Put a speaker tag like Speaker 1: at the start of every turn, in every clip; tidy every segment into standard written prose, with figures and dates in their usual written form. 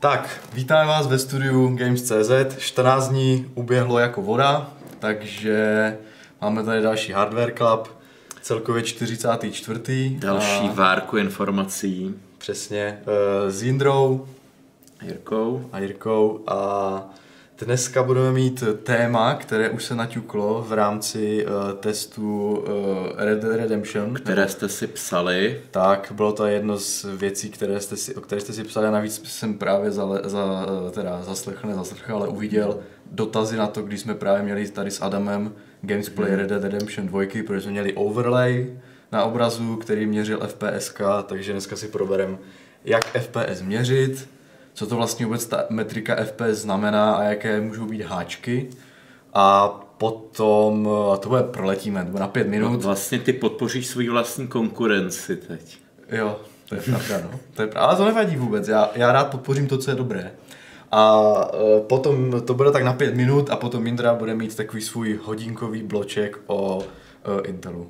Speaker 1: Tak, vítáme vás ve studiu Games.cz. 14 dní uběhlo jako voda, takže máme tady další Hardware Club, celkově 44.
Speaker 2: Další várku informací.
Speaker 1: Přesně, s Jindrou
Speaker 2: a
Speaker 1: Jirkou a dneska budeme mít téma, které už se naťuklo v rámci testu Red Dead Redemption.
Speaker 2: Které jste si psali.
Speaker 1: Tak, bylo to jedno z věcí, o které jste si psali a navíc jsem právě zaslechl, ale uviděl dotazy na to, když jsme právě měli tady s Adamem Gamesplay Red Dead Redemption 2, protože jsme měli overlay na obrazu, který měřil FPSK, takže dneska si probereme, jak FPS měřit, co to vlastně vůbec ta metrika FPS znamená a jaké můžou být háčky. A potom to proletíme, to bude na 5 minut.
Speaker 2: Vlastně ty podpoříš svou vlastní konkurenci teď.
Speaker 1: Jo, to je pravda, no. Ale to nevadí vůbec, já rád podpořím to, co je dobré. A potom to bude tak na 5 minut a potom Indra bude mít takový svůj hodinkový bloček o Intelu.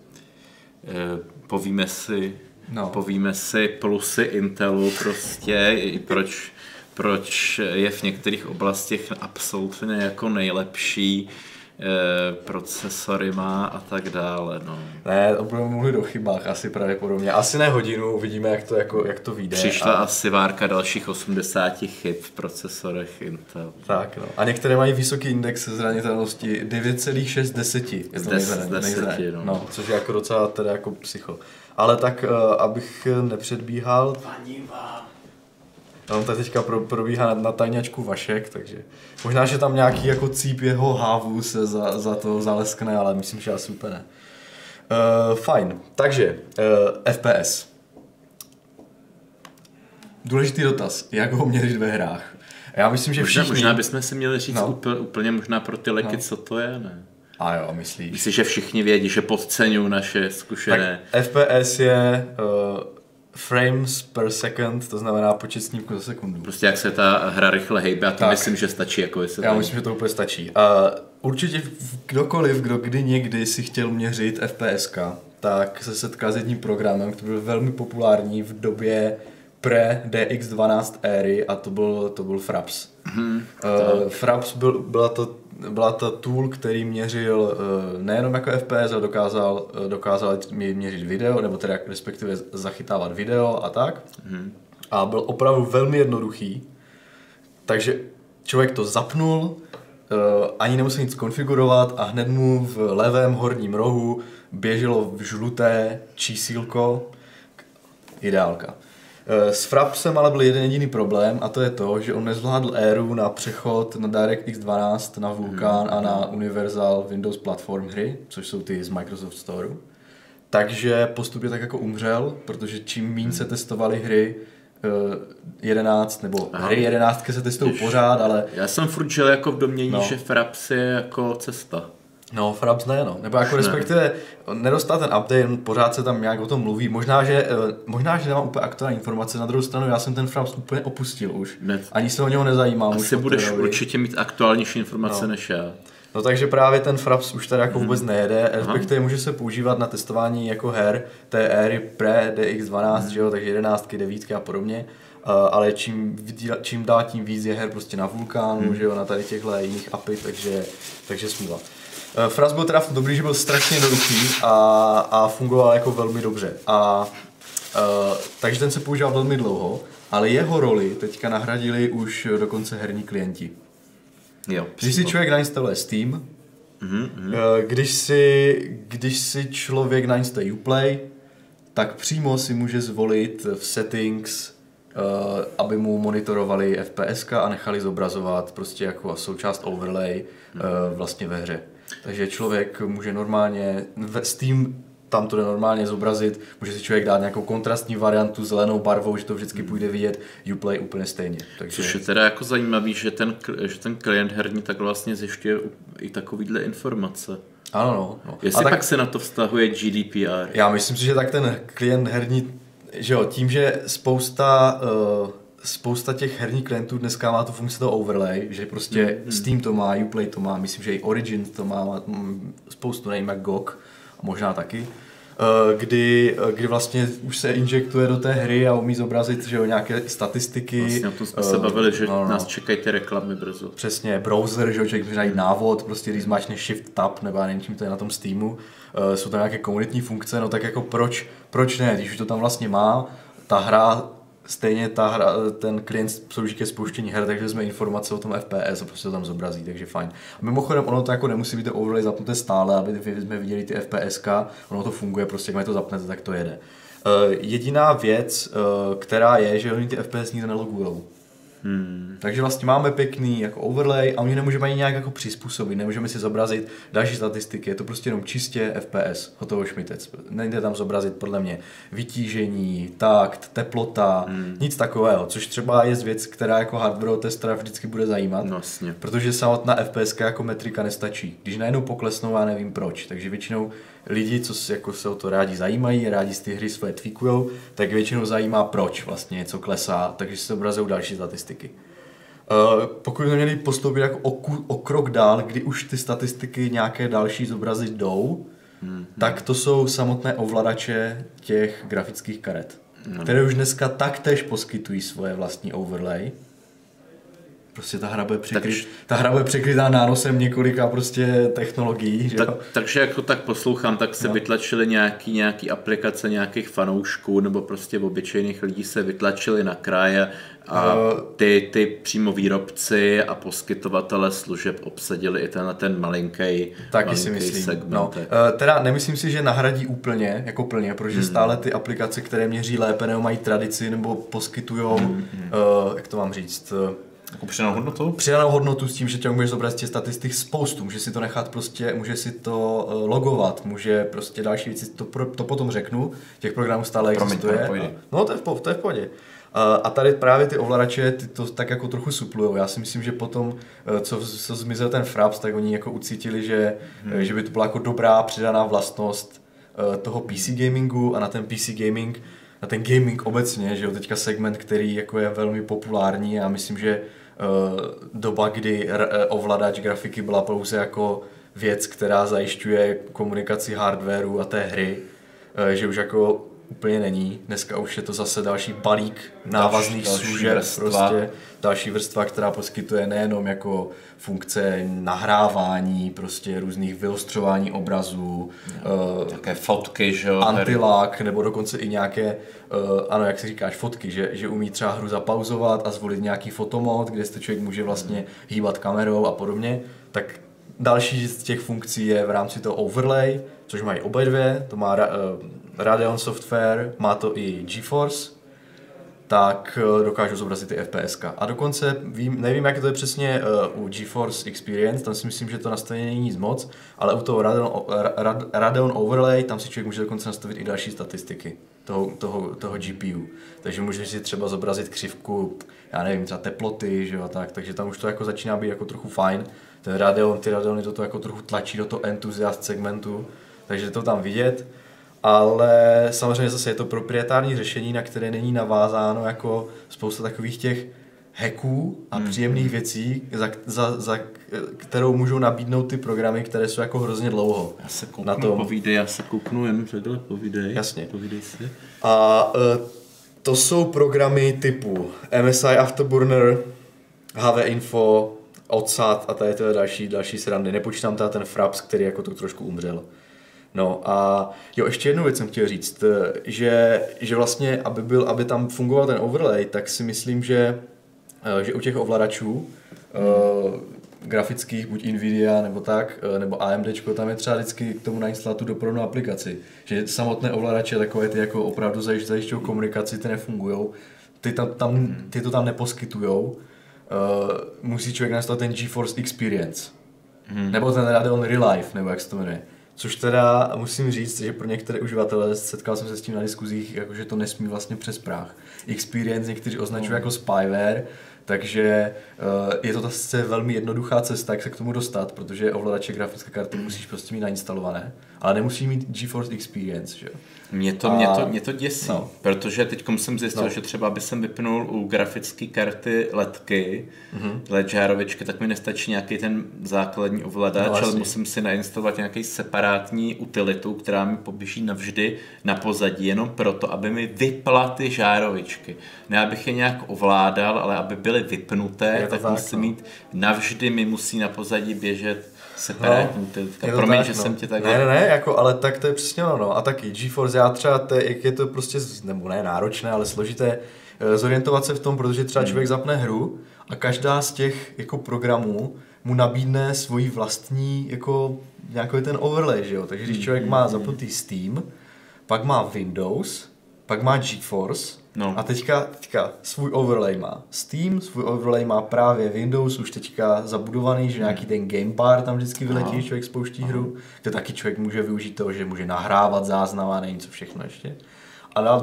Speaker 2: Povíme si plusy Intelu prostě, i proč je v některých oblastech absolutně jako nejlepší, procesory má a tak dále. No.
Speaker 1: Ne, budeme mluvit o chybách asi pravděpodobně. Asi ne hodinu, uvidíme, jak to vyjde.
Speaker 2: Přišla asi várka dalších 80 chyb v procesorech Intel.
Speaker 1: Tak, no. A některé mají vysoký index zranitelnosti 9,6.
Speaker 2: Z 10,
Speaker 1: no. Což je jako docela teda jako psycho. Ale tak, abych nepředbíhal. On tady teďka probíhá na tajňačku Vašek, takže možná, že tam nějaký jako cíp jeho hávu se za to zaleskne, ale myslím, že asi úplně ne. Fajn, takže FPS. Důležitý dotaz, jak ho měřit ve hrách. Já myslím, že všichni...
Speaker 2: Možná bychom si měli říct úplně možná pro ty leky, co to je, ne?
Speaker 1: A jo, myslíš?
Speaker 2: Myslíš, že všichni vědí, že podceňují naše zkušené...
Speaker 1: Tak FPS je... frames per second, to znamená počet snímků za sekundu.
Speaker 2: Prostě jak se ta hra rychle hejbe, a to myslím, že stačí. Jako
Speaker 1: já myslím, že to úplně stačí. Určitě kdokoliv, kdo kdy někdy si chtěl měřit FPSK, tak se setká s jedním programem, který byl velmi populární v době pre-DX12 éry a to byl Fraps. Fraps byla to tool, který měřil nejenom jako FPS, ale dokázal měřit video, nebo teda respektive zachytávat video a tak. A byl opravdu velmi jednoduchý, takže člověk to zapnul, ani nemusel nic konfigurovat a hned mu v levém horním rohu běželo v žluté čísílko, ideálka. S Frapsem ale byl jeden jediný problém a to je to, že on nezvládl éru na přechod na DirectX 12, na Vulkan a na Universal Windows Platform hry, což jsou ty z Microsoft Store. Takže postupně tak jako umřel, protože čím méně se testovaly hry 11, nebo hry 11 se testují pořád, ale...
Speaker 2: Já jsem furt žil jako v domění, že Fraps je jako cesta.
Speaker 1: No, Fraps ne, no. Nebo jako respektive nedostal ten update, pořád se tam nějak o tom mluví. Možná, že nemám úplně aktuální informace. Na druhou stranu, já jsem ten Fraps úplně opustil už. Ani se o něho nezajímám.
Speaker 2: Asi budeš určitě mít aktuálnější informace než já.
Speaker 1: No takže právě ten Fraps už tady jako vůbec nejede, respektive může se používat na testování jako her té éry pre-DX12, že jo, takže 11, 9 a podobně. Ale čím dál tím víc je her prostě na Vulkánu, že jo, na tady těchto jiných API, takže smůla. Fraps byl teda dobrý, že byl strašně jednoduchý a fungoval jako velmi dobře. Takže ten se používal velmi dlouho, ale jeho roli teďka nahradili už dokonce herní klienti.
Speaker 2: Jo,
Speaker 1: když si člověk nainstaluje Steam, když si člověk nainstaluje Uplay, tak přímo si může zvolit v settings, aby mu monitorovali FPSK a nechali zobrazovat prostě jako součást overlay vlastně ve hře. Takže člověk může normálně, Steam tam to jde normálně zobrazit, může si člověk dát nějakou kontrastní variantu zelenou barvou, že to vždycky půjde vidět, Uplay úplně stejně. Takže...
Speaker 2: Což je teda jako zajímavý, že ten klient herní tak vlastně zjišťuje i takovýhle informace.
Speaker 1: Ano, no.
Speaker 2: Jestli pak se na to vztahuje GDPR?
Speaker 1: Já myslím si, že tak ten klient herní, že jo, tím, že spousta těch herních klientů dneska má tu funkci toho overlay, že prostě Steam to má, Uplay to má, myslím, že i Origin to má spoustu, nevím jak GOG, a možná taky. kdy vlastně už se injektuje do té hry a umí zobrazit, že jo, nějaké statistiky.
Speaker 2: Vlastně o tom jsme se bavili, že nás čekají ty reklamy brzo.
Speaker 1: Přesně, browser, že jo, člověk může najít návod, prostě když zmáčne Shift Tab, nebo já nevím, čím to je na tom Steamu, jsou tam nějaké komunitní funkce, no tak jako proč ne, když už to tam vlastně má, ta hra, stejně ten klient slouží ke spouštění her, takže jsme informace o tom FPS a prostě to tam zobrazí, takže fajn. A mimochodem, ono to jako nemusí být overlay zapnuté stále, aby jsme viděli ty FPSka, ono to funguje, prostě jak to zapnete, tak to jede. Jediná věc, která je, že oni ty FPS nikdy nelogujou. Takže vlastně máme pěkný jako overlay a oni nemůžeme ani nějak jako přizpůsobit, nemůžeme si zobrazit další statistiky, je to prostě jenom čistě FPS, hotovo šmitec. Nejde tam zobrazit podle mě vytížení, takt, teplota, nic takového, což třeba je věc, která jako hardware testera vždycky bude zajímat,
Speaker 2: vlastně.
Speaker 1: Protože samotná FPS jako metrika nestačí. Když najednou poklesnou, já nevím proč, takže většinou lidi, co jako se o to rádi zajímají, rádi z ty hry svoje tweakujou, tak většinou zajímá, proč vlastně něco klesá, takže se obrazují další statistiky. Pokud jsme měli postoupit jako o krok dál, kdy už ty statistiky nějaké další zobrazit jdou, tak to jsou samotné ovladače těch grafických karet, které už dneska taktéž poskytují svoje vlastní overlay. Prostě ta hra bude překrytá nánosem několika prostě technologií. Že jo?
Speaker 2: Takže jako tak poslouchám, tak se vytlačili nějaký aplikace nějakých fanoušků nebo prostě obyčejných lidí se vytlačili na kraje a ty přímo výrobci a poskytovatele služeb obsadili i ten malinký segment.
Speaker 1: No, teda nemyslím si, že nahradí úplně, protože stále ty aplikace, které měří lépe nebo mají tradici nebo poskytujou, jak to mám říct,
Speaker 3: jako přidanou hodnotu?
Speaker 1: Přidanou hodnotu s tím, že tě můžeš zobrazit těch statistik spoustu, může si to nechat prostě, může si to logovat, může prostě další věci, to potom řeknu, těch programů stále existuje. No to je v pohodě. A tady právě ty ovladače ty to tak jako trochu suplujou. Já si myslím, že potom, co zmizel ten Fraps, tak oni jako ucítili, že by to byla jako dobrá přidaná vlastnost toho PC gamingu a na ten PC gaming, na ten gaming obecně, že jo, teďka segment, který jako je velmi populární a myslím, že doba, kdy ovladač grafiky byla pouze jako věc, která zajišťuje komunikaci hardwareu a té hry, že už jako úplně není. Dneska už je to zase další balík návazných služeb, prostě další vrstva, která poskytuje nejenom jako funkce nahrávání, prostě různých vyostřování obrazů,
Speaker 3: také fotky, že jo,
Speaker 1: anti-lag, nebo dokonce i nějaké, ano, jak si říkáš, fotky, že umí třeba hru zapauzovat a zvolit nějaký fotomod, kde se člověk může vlastně hýbat kamerou a podobně, tak další z těch funkcí je v rámci toho overlay, což mají obě dvě, to má Radeon Software, má to i GeForce, tak dokážou zobrazit i FPSka. A dokonce, nevím, jak to je přesně u GeForce Experience, tam si myslím, že to nastavení není nic moc, ale u toho Radeon Overlay, tam si člověk může dokonce nastavit i další statistiky toho GPU. Takže můžeš si třeba zobrazit křivku, já nevím, třeba teploty, že jo, takže tam už to jako začíná být jako trochu fajn. Ty Radeony to jako trochu tlačí do toho enthusiast segmentu, takže to tam vidět. Ale samozřejmě zase je to proprietární řešení, na které není navázáno jako spousta takových těch hacků a příjemných věcí, za kterou můžou nabídnout ty programy, které jsou jako hrozně dlouho.
Speaker 2: Já se kouknu jenom takhle, povídej.
Speaker 1: Jasně.
Speaker 2: Povídej si.
Speaker 1: A to jsou programy typu MSI Afterburner, HV Info, Odsat a tady další srandy. Nepočítám teda ten Fraps, který jako to trošku umřel. No a jo, ještě jednu věc jsem chtěl říct, že vlastně, aby tam fungoval ten overlay, tak si myslím, že u těch ovladačů grafických, buď Nvidia nebo tak, nebo AMDčko, tam je třeba vždycky k tomu nainstalovat tu doprovodnou aplikaci. Že samotné ovladače takové ty jako opravdu zajišťují komunikaci, ty nefungujou, ty to tam neposkytujou. Musí člověk nastavit ten GeForce Experience. Nebo ten Radeon Relive, nebo jak se to jmenuje. Což teda musím říct, že pro některé uživatele, setkal jsem se s tím na diskuzích, jakože to nesmí vlastně přes práh. Experience někteří označují jako spyware, Takže je to zase velmi jednoduchá cesta, jak se k tomu dostat, protože ovladače grafické karty musíš prostě mít nainstalované, ale nemusí mít GeForce Experience, že jo?
Speaker 2: Mě to děsí, protože teď jsem zjistil, že třeba by jsem vypnul u grafické karty ledky, LED žárovičky, tak mi nestačí nějaký ten základní ovladač, ale musím si nainstalovat nějaký separátní utilitu, která mi poběží navždy na pozadí, jenom proto, aby mi vypla ty žárovičky. Ne, abych je nějak ovládal, ale aby byly vypnuté, tak musím mít, navždy mi musí na pozadí běžet separátní utilitka. Promiň, že jsem tě tak...
Speaker 1: Ne, jako, ale tak to je přesně ono. A taky GeForce, já třeba, jak je to prostě, nebo ne náročné, ale složité zorientovat se v tom, protože třeba člověk zapne hru a každá z těch jako programů mu nabídne svoji vlastní jako nějaký ten overlay, že jo? Takže když člověk má zapnutý Steam, pak má Windows, pak má GeForce a teďka svůj overlay má Steam, svůj overlay má právě Windows, už teďka zabudovaný, že nějaký ten Gamebar tam vždycky vyletí, když člověk spouští hru, kde taky člověk může využít toho, že může nahrávat záznam a nevím co všechno ještě. A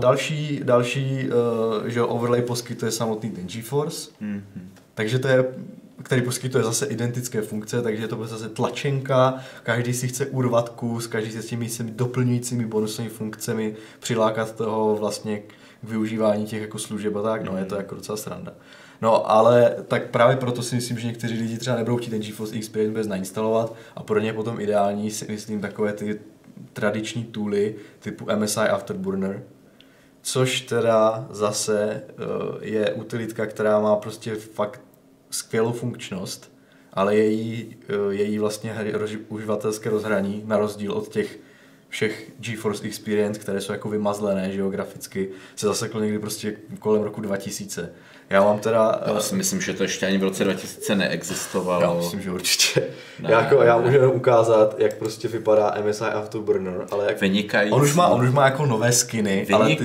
Speaker 1: další že overlay poskytuje samotný ten GeForce, takže to je, který poskytuje zase identické funkce, takže je to zase tlačenka, každý si chce urvat kus, každý se s těmi doplňujícími bonusovými funkcemi přilákat toho vlastně k využívání těch jako služeb a tak, je to jako docela sranda. No ale tak právě proto si myslím, že někteří lidi třeba nebudou chtít ten GeForce Experience bez nainstalovat a pro ně je potom ideální si myslím takové ty tradiční tooly typu MSI Afterburner, což teda zase je utilitka, která má prostě fakt skvělou funkčnost, ale její vlastně uživatelské rozhraní, na rozdíl od těch všech GeForce Experience, které jsou jako vymazlené geograficky, se zaseklo někdy prostě kolem roku 2000. Já mám teda...
Speaker 2: Já si myslím, že to ještě ani v roce 2000 neexistovalo.
Speaker 1: Já myslím, že určitě. Já můžu jenom ukázat, jak prostě vypadá MSI Afterburner, ale jak...
Speaker 2: Vynikající.
Speaker 1: On už má jako nové skiny,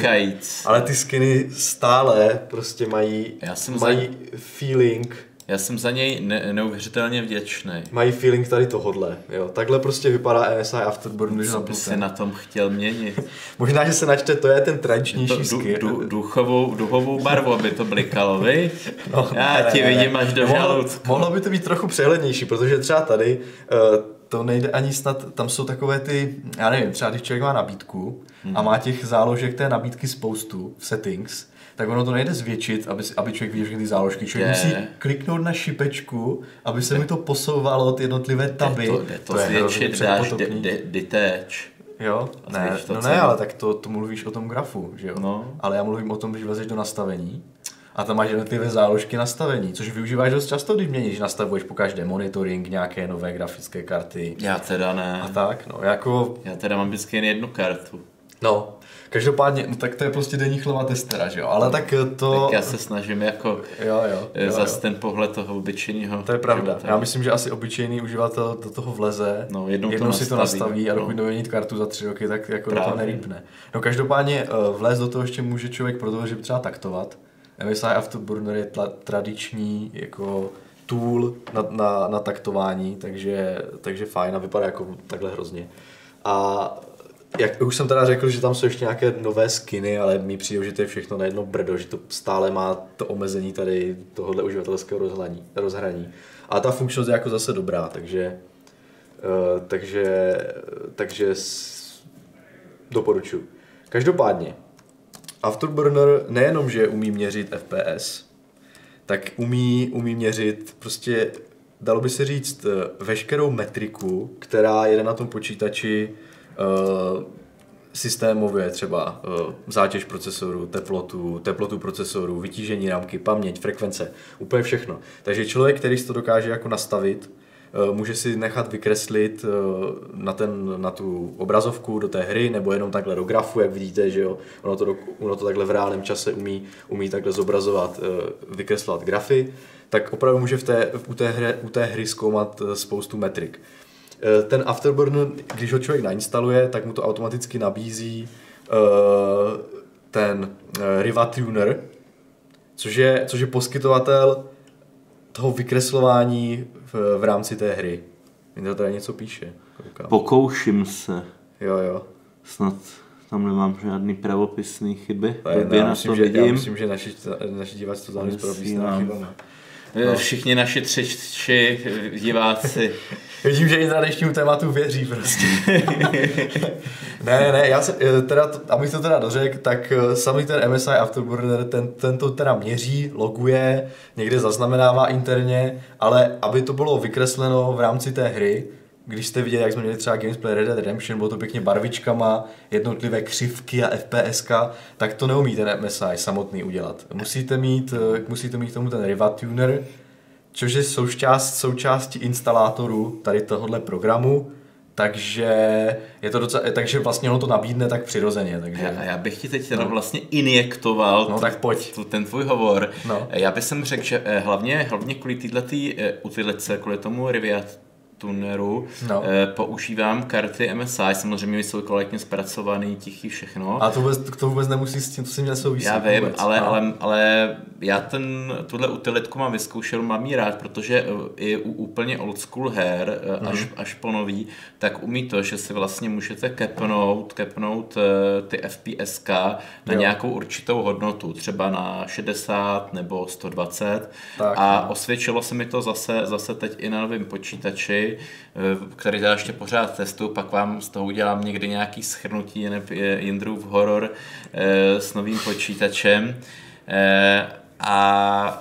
Speaker 1: ale ty skiny stále prostě mají feeling.
Speaker 2: Já jsem za něj neuvěřitelně vděčný.
Speaker 1: Mají feeling tady tohodle, jo. Takhle prostě vypadá MSI Afterburner.
Speaker 2: Co by se na tom chtěl měnit?
Speaker 1: Možná, že se načte, to je ten tradičnější skin.
Speaker 2: Duchovou barvu, aby to blikalo, viď? Já ti vidím až do žaludku.
Speaker 1: Mohlo by to být trochu přehlednější, protože třeba tady to nejde ani snad, tam jsou takové ty, já nevím, třeba když člověk má nabídku a má těch záložek té nabídky spoustu v settings, tak ono to nejde zvětšit, aby člověk viděl všechny ty záložky. Člověk musí kliknout na šipečku, aby se mi to posouvalo, ty jednotlivé taby.
Speaker 2: Jde to zvětšit, dáš detach.
Speaker 1: Jo? Ne, ale tak to mluvíš o tom grafu, že jo? No. Ale já mluvím o tom, když vlezeš do nastavení a tam máš jednotlivé záložky nastavení, což využíváš dost často, když měníš, nastavuješ po každé monitoring, nějaké nové grafické karty.
Speaker 2: Já teda ne.
Speaker 1: A tak, jako...
Speaker 2: Já teda mám vždycky jen jednu kartu.
Speaker 1: No, každopádně, tak to je prostě denní chleba testera, že jo, ale tak to...
Speaker 2: Tak já se snažím jako zas ten pohled toho obyčejného.
Speaker 1: To je pravda, života. Já myslím, že asi obyčejný uživatel do toho vleze, jednou si to nastaví a dokud nebude mít kartu za 3 roky, tak jako do toho nerýpne. No každopádně vlez do toho ještě může člověk, protože třeba taktovat. MSI Afterburner je tradiční jako tool na taktování, takže fajn a vypadá jako takhle hrozně. A jak už jsem teda řekl, že tam jsou ještě nějaké nové skiny, ale mi přijde, že to je všechno na jedno brdo, že to stále má to omezení tady tohohle uživatelského rozhraní. A ta funkčnost je jako zase dobrá, takže doporučuji. Každopádně, Afterburner nejenom, že umí měřit FPS, tak umí měřit prostě, dalo by se říct, veškerou metriku, která jede na tom počítači systémově, třeba zátěž procesoru, teplotu procesoru, vytížení rámky, paměť, frekvence, úplně všechno. Takže člověk, který si to dokáže jako nastavit, může si nechat vykreslit na tu obrazovku do té hry, nebo jenom takhle do grafu, jak vidíte, že jo, ono to takhle v reálném čase umí takhle zobrazovat, vykreslovat grafy, tak opravdu může u té hry zkoumat spoustu metrik. Ten Afterburner, když ho člověk nainstaluje, tak mu to automaticky nabízí ten Riva Tuner, což je poskytovatel toho vykreslování v rámci té hry. Mě to tady něco píše. Koukám.
Speaker 2: Pokouším se.
Speaker 1: Jo.
Speaker 2: Snad Tam nemám žádný pravopisný chyby.
Speaker 1: Já myslím, že naši diváci to záleží s pravopisnými chybami.
Speaker 2: No. Všichni naši tři diváci.
Speaker 1: Vidím, že i na dnešnímu tématu věří prostě. ne, já se, teda, abych to teda dořekl, tak samý ten MSI Afterburner, ten to teda měří, loguje, někde zaznamenává interně, ale aby to bylo vykresleno v rámci té hry, když jste viděli, jak jsme měli třeba gameplay Red Dead Redemption, bylo to pěkně barvičkama, jednotlivé křivky a FPSka, tak to neumí ten MSI samotný udělat. Musíte mít k tomu ten Riva Tuner, což je součástí instalátoru tady tohohle programu, takže je to docela, takže vlastně ono to nabídne tak přirozeně. Takže...
Speaker 2: Já bych ti teď vlastně injektoval
Speaker 1: tak pojď.
Speaker 2: Ten tvůj hovor.
Speaker 1: No.
Speaker 2: Já bych řekl, že hlavně kvůli této utilice, kvůli tomu Riva Tuneru používám karty MSI, samozřejmě jsou kvalitně zpracovaný, tichý, všechno.
Speaker 1: A to vůbec nemusí s tím, to si mě nesouvisí.
Speaker 2: Já vím, ale já tuhle utilitku mám vyzkoušel, mám jí rád, protože i u úplně old school her, až po nový, tak umí to, že si vlastně můžete kepnout ty FPSK na nějakou určitou hodnotu, třeba na 60 nebo 120 osvědčilo se mi to zase teď i na novém počítači, který teda ještě pořád testuju, pak vám z toho udělám někdy nějaký shrnutí Jindrův horor s novým počítačem. A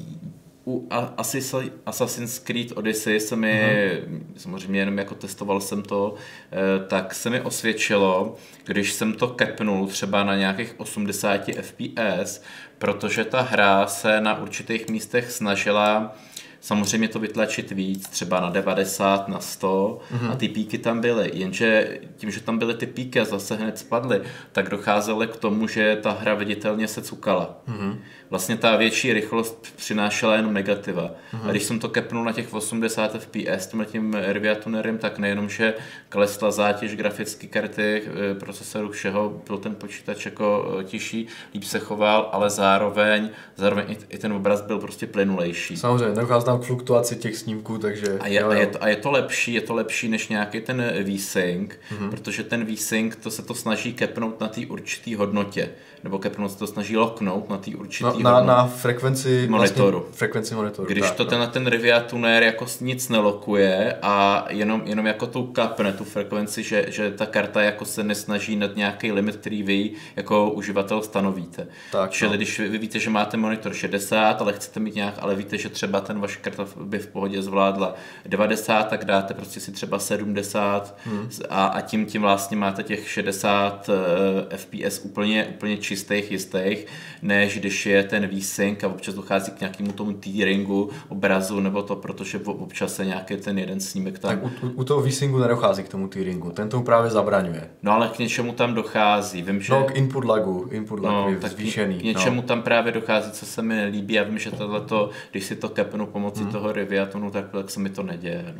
Speaker 2: u Assassin's Creed Odyssey se mi, samozřejmě jenom jako testoval jsem to, tak se mi osvědčilo, když jsem to kepnul třeba na nějakých 80 FPS, protože ta hra se na určitých místech snažila samozřejmě to vytlačit víc, třeba na 90, na 100 a ty píky tam byly, jenže tím, že tam byly ty píky a zase hned spadly, tak docházelo k tomu, že ta hra viditelně se cukala. Vlastně ta větší rychlost přinášela jenom negativa. A když jsem to kepnul na těch 80 FPS tím Riva Tunerem, tak nejenom, že klesla zátěž grafické karty, procesoru, všeho, byl ten počítač jako tiší, líp se choval, ale zároveň i ten obraz byl prostě plynulejší.
Speaker 1: Samozřejmě, nedochází tam k fluktuaci těch snímků, takže...
Speaker 2: A je to lepší než nějaký ten V-Sync, protože ten V-Sync se to snaží kepnout na té určité hodnotě, nebo kepnout se to snaží loknout na té určité hodnotě.
Speaker 1: Na frekvenci monitoru.
Speaker 2: Vlastně, frekvenci monitoru. Když tak, to ten Riva Tuner jako nic nelokuje a jenom jako tu kapne tu frekvenci, že ta karta jako se nesnaží nad nějaký limit, který vy jako uživatel stanovíte. Čili když vy víte, že máte monitor 60, ale chcete mít ale víte, že třeba ten vaše karta by v pohodě zvládla 90, tak dáte prostě si třeba 70 a tím vlastně máte těch 60 FPS úplně čistých, jistých, než když je ten V-Sync a občas dochází k nějakému tomu tearingu obrazu nebo to, protože občas se nějaký ten jeden snímek tam...
Speaker 1: Tak u toho V-Syncu nedochází k tomu tearingu, ten tomu právě zabraňuje.
Speaker 2: No ale k něčemu tam dochází, vím, že...
Speaker 1: No k input lagu je zvýšený.
Speaker 2: K něčemu tam právě dochází, co se mi nelíbí, já vím, že tohleto, když si to kepnu pomocí toho Riva Tunuru, tak se mi to neděje.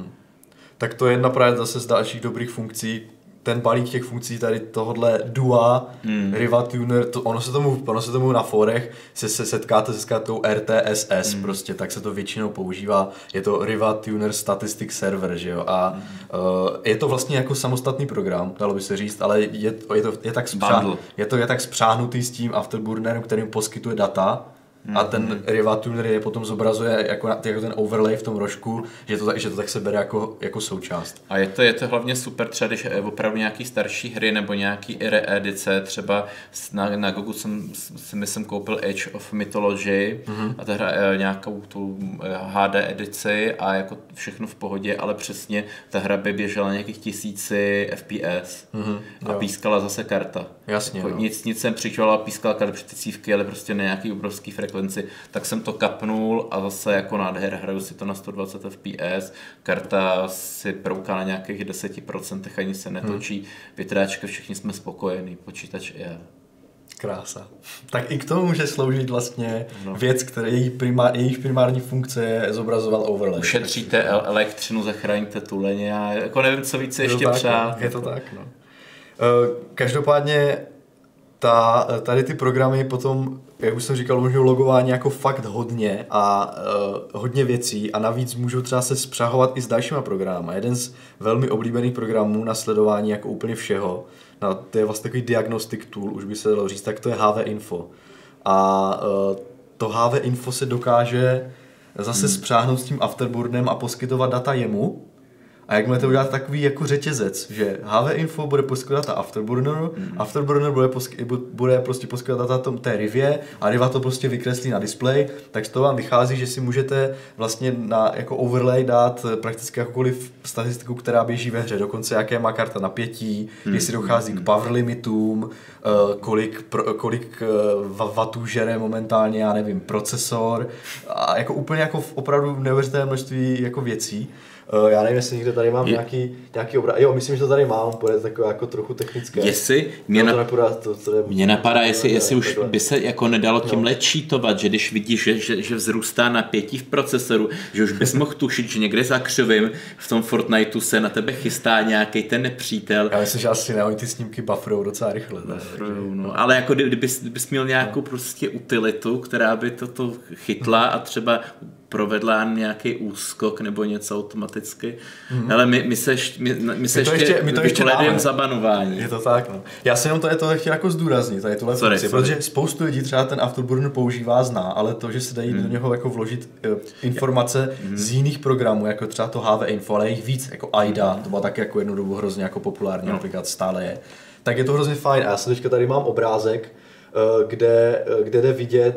Speaker 1: Tak to je jedna právě zase z dalších dobrých funkcí, ten balík těch funkcí tady tohodle DUA, Riva Tuner, ono se tomu na forech se setkáte se zkrátkou RTSS prostě, tak se to většinou používá, je to Riva Tuner Statistic Server, že jo, a je to vlastně jako samostatný program, dalo by se říct, ale je tak spřáhnutý s tím Afterburnerem, kterým poskytuje data, a ten Riva Tuner je potom zobrazuje jako ten overlay v tom rožku, že to tak se bere jako součást.
Speaker 2: A je to hlavně super třeba, když opravdu nějaký starší hry nebo nějaký reedice, třeba na Gogu jsem koupil Age of Mythology a ta hra nějakou tu HD edici a jako všechno v pohodě, ale přesně ta hra by běžela nějakých 1000 FPS a pískala zase karta.
Speaker 1: Jasně,
Speaker 2: jako nic jsem přičoval a pískala karta při cívky, ale prostě na nějaký obrovský frekvenci, tak jsem to kapnul a zase jako nádher, hraju si to na 120 FPS, karta si prouká na nějakých 10%, ani se netočí, vytráčka, všichni jsme spokojení, počítač je.
Speaker 1: Krása. Tak i k tomu může sloužit vlastně věc, která jejich primární funkce je zobrazovat overlay.
Speaker 2: Ušetříte elektřinu, zachráníte tuleně a jako nevím, co více ještě přát.
Speaker 1: Je to tak, no. Každopádně tady ty programy potom, jak už jsem říkal, můžou logování jako fakt hodně a hodně věcí a navíc můžou třeba se spřahovat i s dalšíma programy. Jeden z velmi oblíbených programů na sledování jako úplně všeho to je vlastně takový diagnostic tool, už by se dalo říct, tak to je HV Info. A to HV Info se dokáže zase spřáhnout s tím Afterburnem a poskytovat data jemu. A jakmile to udělat takový jako řetězec, že HV Info bude poskytovat data Afterburneru, Afterburner bude prostě poskytovat data té Rivě a Riva to prostě vykreslí na display, tak z toho vám vychází, že si můžete vlastně na jako overlay dát prakticky jakoukoliv statistiku, která běží ve hře, dokonce jaké má karta napětí, jestli dochází k power limitům, kolik wattů žere momentálně, já nevím, procesor a jako úplně jako opravdu neuvěřitelné množství jako věcí. Já nevím, jestli někde tady mám nějaký obraz. Jo, myslím, že to tady mám, bude takové jako trochu technické.
Speaker 2: Jestli mě napadá, jestli už by se jako nedalo tímhle cheatovat, že když vidíš, že vzrůstá napětí v procesoru, že už bys mohl tušit, že někde za křivým v tom Fortniteu se na tebe chystá nějaký ten nepřítel.
Speaker 1: Já myslím, že asi ne, oni ty snímky bufferujou docela rychle.
Speaker 2: No, ale jako kdybys měl nějakou prostě utilitu, která by toto chytla a třeba provedla nějaký úskok nebo něco automaticky. Ale my se ještě vyhledujeme zabanování.
Speaker 1: Je to tak, no. Já si jenom to chtěl jako zdůraznit, tady tuhle funkci, protože spoustu lidí třeba ten Afterburner používá, zná, ale to, že se dají do něho jako vložit informace z jiných programů, jako třeba to HV Info, ale jich víc, jako AIDA, to byla taky jako jednu dobu hrozně jako populární aplikace, stále je. Tak je to hrozně fajn. A já jsem teďka tady mám obrázek, kde jde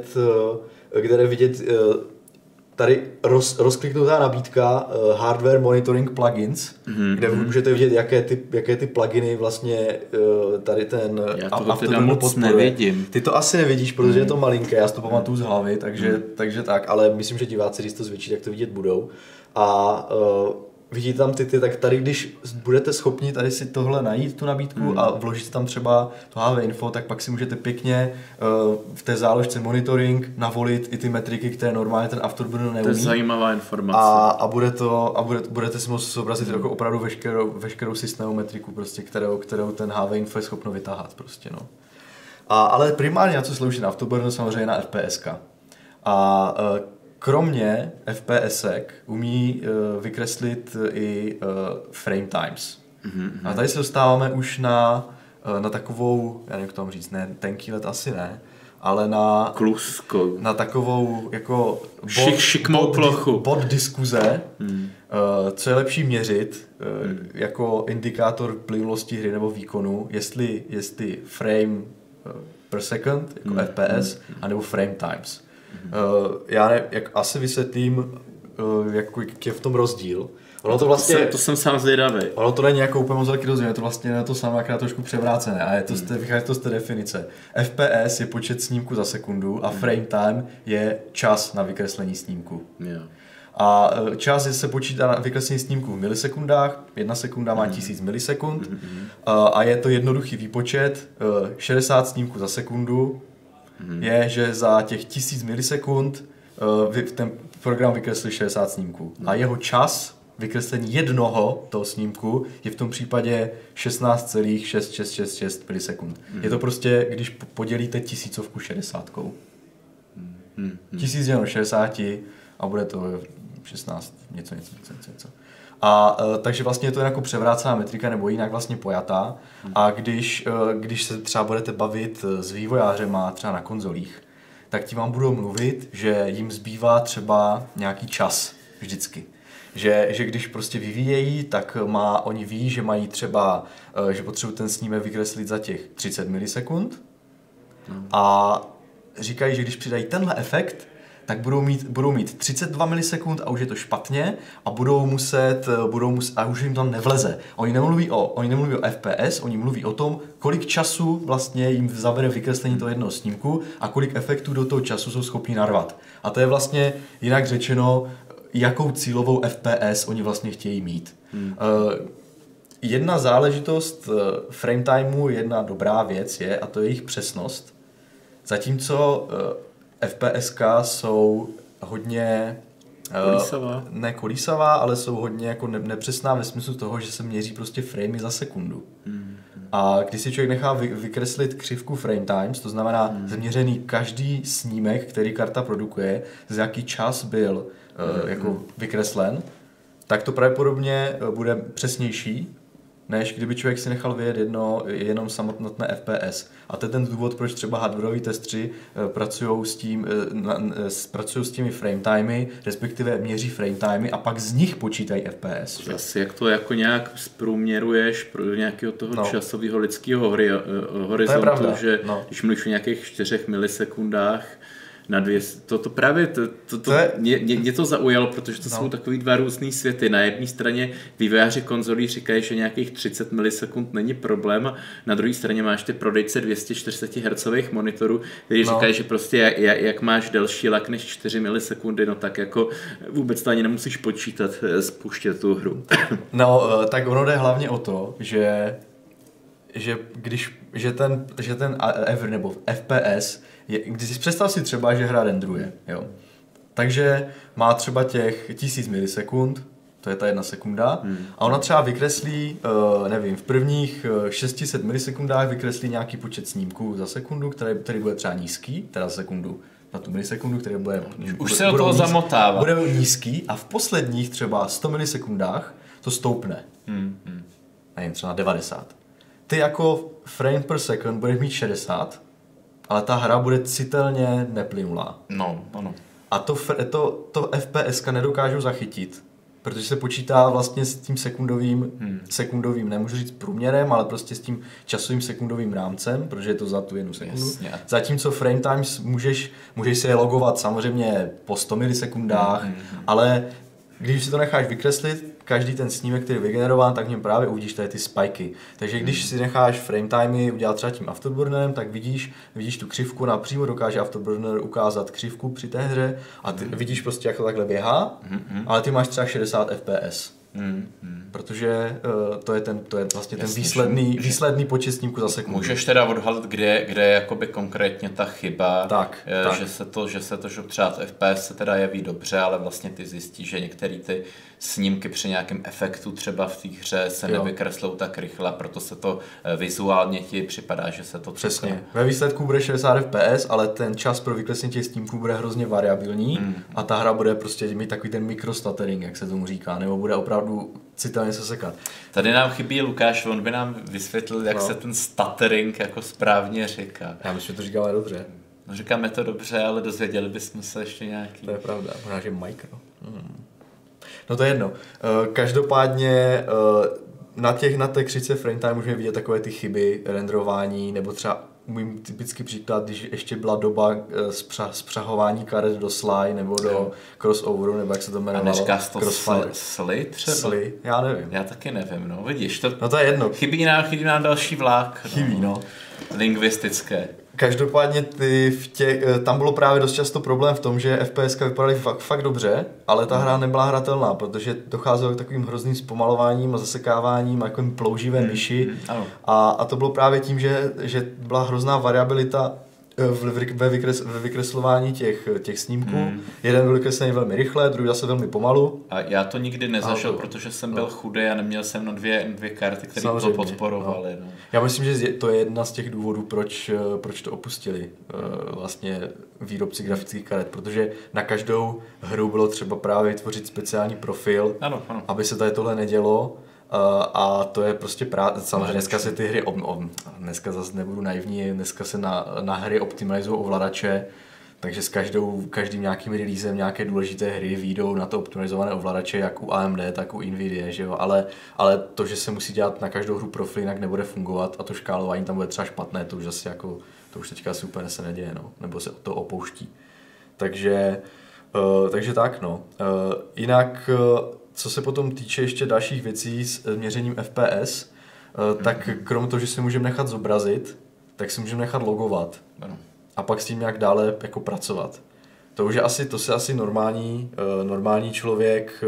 Speaker 1: vidět tady rozkliknutá nabídka Hardware Monitoring Plugins, kde můžete vidět, jaké ty pluginy vlastně tady ten
Speaker 2: Afterburner podporuje.
Speaker 1: Ty to asi nevidíš, protože je to malinké, já si to pamatuju z hlavy, takže tak, ale myslím, že diváci, když to zvětší, tak to vidět budou. A vidíte tam tak tady, když budete schopni tady si tohle najít, tu nabídku a vložit tam třeba to HV Info, tak pak si můžete pěkně v té záložce monitoring navolit i ty metriky, které normálně ten Afterburner neumí.
Speaker 2: To je zajímavá informace.
Speaker 1: A budete si moct zobrazit jako opravdu veškerou systémovou metriku, prostě, kterou ten HV Info je schopno vytáhat. Prostě, no. Ale primárně na co slouží na Afterburner, samozřejmě na FPSka. A kromě FPSek umí vykreslit i frame times. A tady se dostáváme už na takovou, já nevím, jak to mám říct, ne, tenký let asi ne, ale na takovou jako bod diskuze, co je lepší měřit jako indikátor plynulosti hry nebo výkonu, jestli frame per second, jako FPS, anebo frame times. Já ne, jak asi vysvětlím, jak je v tom rozdíl. Ono to vlastně,
Speaker 2: to jsem sám zvědavý.
Speaker 1: Ono to není jako úplně moc velký rozdíl, je to vlastně na to samé, jak na trošku převrácené a vychází to z té definice. FPS je počet snímků za sekundu a frame time je čas na vykreslení snímku.
Speaker 2: Yeah.
Speaker 1: A čas se počítá na vykreslení snímku v milisekundách, 1 sekunda má 1000 milisekund a je to jednoduchý výpočet, 60 snímků za sekundu je, že za těch 1000 milisekund ten program vykreslí 60 snímků. A jeho čas vykreslení jednoho toho snímku je v tom případě 16,6666 milisekund. Je to prostě, když podělíte 1000 60. 1000 jenom 60 a bude to 16 něco. A takže vlastně je to jako převrácená metrika nebo jinak vlastně pojatá. A když se třeba budete bavit s vývojářema třeba na konzolích, tak ti vám budou mluvit, že jim zbývá třeba nějaký čas vždycky. Že když prostě vyvíjejí, tak oni ví, že mají třeba, že potřebují ten snímek vykreslit za těch 30 milisekund a říkají, že když přidají tenhle efekt, tak budou mít 32 milisekund a už je to špatně a budou muset a už jim tam nevleze. Oni nemluví o FPS, oni mluví o tom, kolik času vlastně jim zabere vykreslení toho jednoho snímku a kolik efektů do toho času jsou schopni narvat. A to je vlastně jinak řečeno, jakou cílovou FPS oni vlastně chtějí mít. Jedna záležitost frame timeu, jedna dobrá věc je, a to je jejich přesnost. Zatímco FPSka jsou hodně ne kolísavá, ale jsou hodně jako nepřesná ve smyslu toho, že se měří prostě framey za sekundu. A když si člověk nechá vykreslit křivku frame times, to znamená změřený každý snímek, který karta produkuje, za jaký čas byl jako vykreslen, tak to pravděpodobně bude přesnější než kdyby člověk si nechal vyjet jenom samotné FPS. A to je ten důvod, proč třeba hardwareoví testři pracují s těmi frame timey, respektive měří frame timey a pak z nich počítají FPS.
Speaker 2: Zase jak to jako nějak zprůměruješ pro nějakého toho časového lidského horizontu, že když mluvíš o nějakých 4 milisekundách, na 200. To právě mě to zaujalo, protože to jsou takový dva různý světy. Na jedné straně vývojáři konzolí říkají, že nějakých 30 milisekund není problém, a na druhé straně máš ty prodejce 240 Hz monitorů, který říkají, že prostě jak máš delší lak než 4 milisekundy, no tak jako vůbec to ani nemusíš počítat, spuštět tu hru.
Speaker 1: No, tak ono jde hlavně o to, že ten Ever nebo FPS, když si představ si třeba, že hra rendruje, jo. Takže má třeba těch 1000 milisekund, to je ta 1 sekunda, a ona třeba vykreslí, nevím, v prvních 600 milisekundách vykreslí nějaký počet snímků za sekundu, který bude třeba nízký, teda za sekundu, na tu milisekundu, který bude...
Speaker 3: Už se do toho zamotává.
Speaker 1: Bude nízký a v posledních třeba 100 milisekundách to stoupne. Nevím, třeba na 90. Ty jako frame per second budeš mít 60, ale ta hra bude citelně neplynulá.
Speaker 3: No, ano.
Speaker 1: A to FPSka nedokážou zachytit, protože se počítá vlastně s tím sekundovým, nemůžu říct průměrem, ale prostě s tím časovým sekundovým rámcem, protože je to za tu 1 sekundu. Jasně. Zatímco frame times můžeš se je logovat samozřejmě po 100 milisekundách, ale když si to necháš vykreslit, každý ten snímek, který je vygenerován, tak v něm právě uvidíš tady ty spiky. Takže když si necháš frame timey udělat třeba tím Afterburnerem, tak vidíš tu křivku, napřímo dokáže Afterburner ukázat křivku při té hře a ty vidíš prostě, jak to takhle běhá, ale ty máš třeba 60 FPS. Protože to je vlastně ten výsledný počet snímků za sekundu.
Speaker 3: Můžeš teda odhalit, kde je jakoby konkrétně ta chyba, že se to třeba FPS se teda jeví dobře, ale vlastně ty zjistíš, že některé ty snímky při nějakém efektu třeba v té hře se nevykreslou tak rychle, proto se to vizuálně ti připadá, že se to...
Speaker 1: Přesně. Ve výsledku bude 60 FPS, ale ten čas pro vykreslení těch snímků bude hrozně variabilní a ta hra bude prostě mít takový ten mikrostuttering, jak se tomu říká, nebo bude opravdu citelně se sekat.
Speaker 3: Tady nám chybí Lukáš, on by nám vysvětlil, jak se ten stuttering jako správně říká.
Speaker 1: Já myslím, že to říkáme dobře.
Speaker 3: No, říkáme to dobře, ale dozvěděli bychom se ještě nějaký.
Speaker 1: To je pravda, možná, že mikro. No to je jedno. Každopádně na té křice frame time můžeme vidět takové ty chyby renderování, nebo třeba můj typický příklad, když ještě byla doba spřahování karet do sly nebo do crossoveru, nebo jak se to jmenovalo.
Speaker 3: A neříkáš to sly třeba?
Speaker 1: Sly, já nevím.
Speaker 3: Já taky nevím, no vidíš.
Speaker 1: No to je jedno.
Speaker 3: Chybí nám další vlák.
Speaker 1: Chybí, no.
Speaker 3: Lingvistické.
Speaker 1: Každopádně tam bylo právě dost často problém v tom, že FPSka vypadaly fakt dobře, ale ta hra nebyla hratelná, protože docházelo k takovým hrozným zpomalováním a zasekáváním a takovým plouživé myši. A to bylo právě tím, že byla hrozná variabilita ve vykreslování těch snímků. Jeden byl vykreslený velmi rychle, druhý zase velmi pomalu.
Speaker 3: A já to nikdy nezažil, protože jsem byl chudý a neměl jsem na dvě karty, které to podporovaly. No.
Speaker 1: Já myslím, že to je jedna z těch důvodů, proč to opustili vlastně výrobci grafických karet, protože na každou hru bylo třeba právě vytvořit speciální profil, aby se tady tohle nedělo. A to je prostě samozřejmě dneska se ty hry, dneska zase nebudu naivní, dneska se na hry optimalizují ovladače, takže s každým nějakým releasem nějaké důležité hry vyjdou na to optimalizované ovladače, jak u AMD, tak u Nvidia, že jo? Ale to, že se musí dělat na každou hru profil, jinak nebude fungovat a to škálování tam bude třeba špatné, to už zase jako, to už teďka super se neděje, no, nebo se to opouští. Takže tak, no. Jinak co se potom týče ještě dalších věcí s měřením FPS, tak krom toho, že si můžeme nechat zobrazit, tak si můžeme nechat logovat. A pak s tím nějak dále jako pracovat. To se asi normální člověk,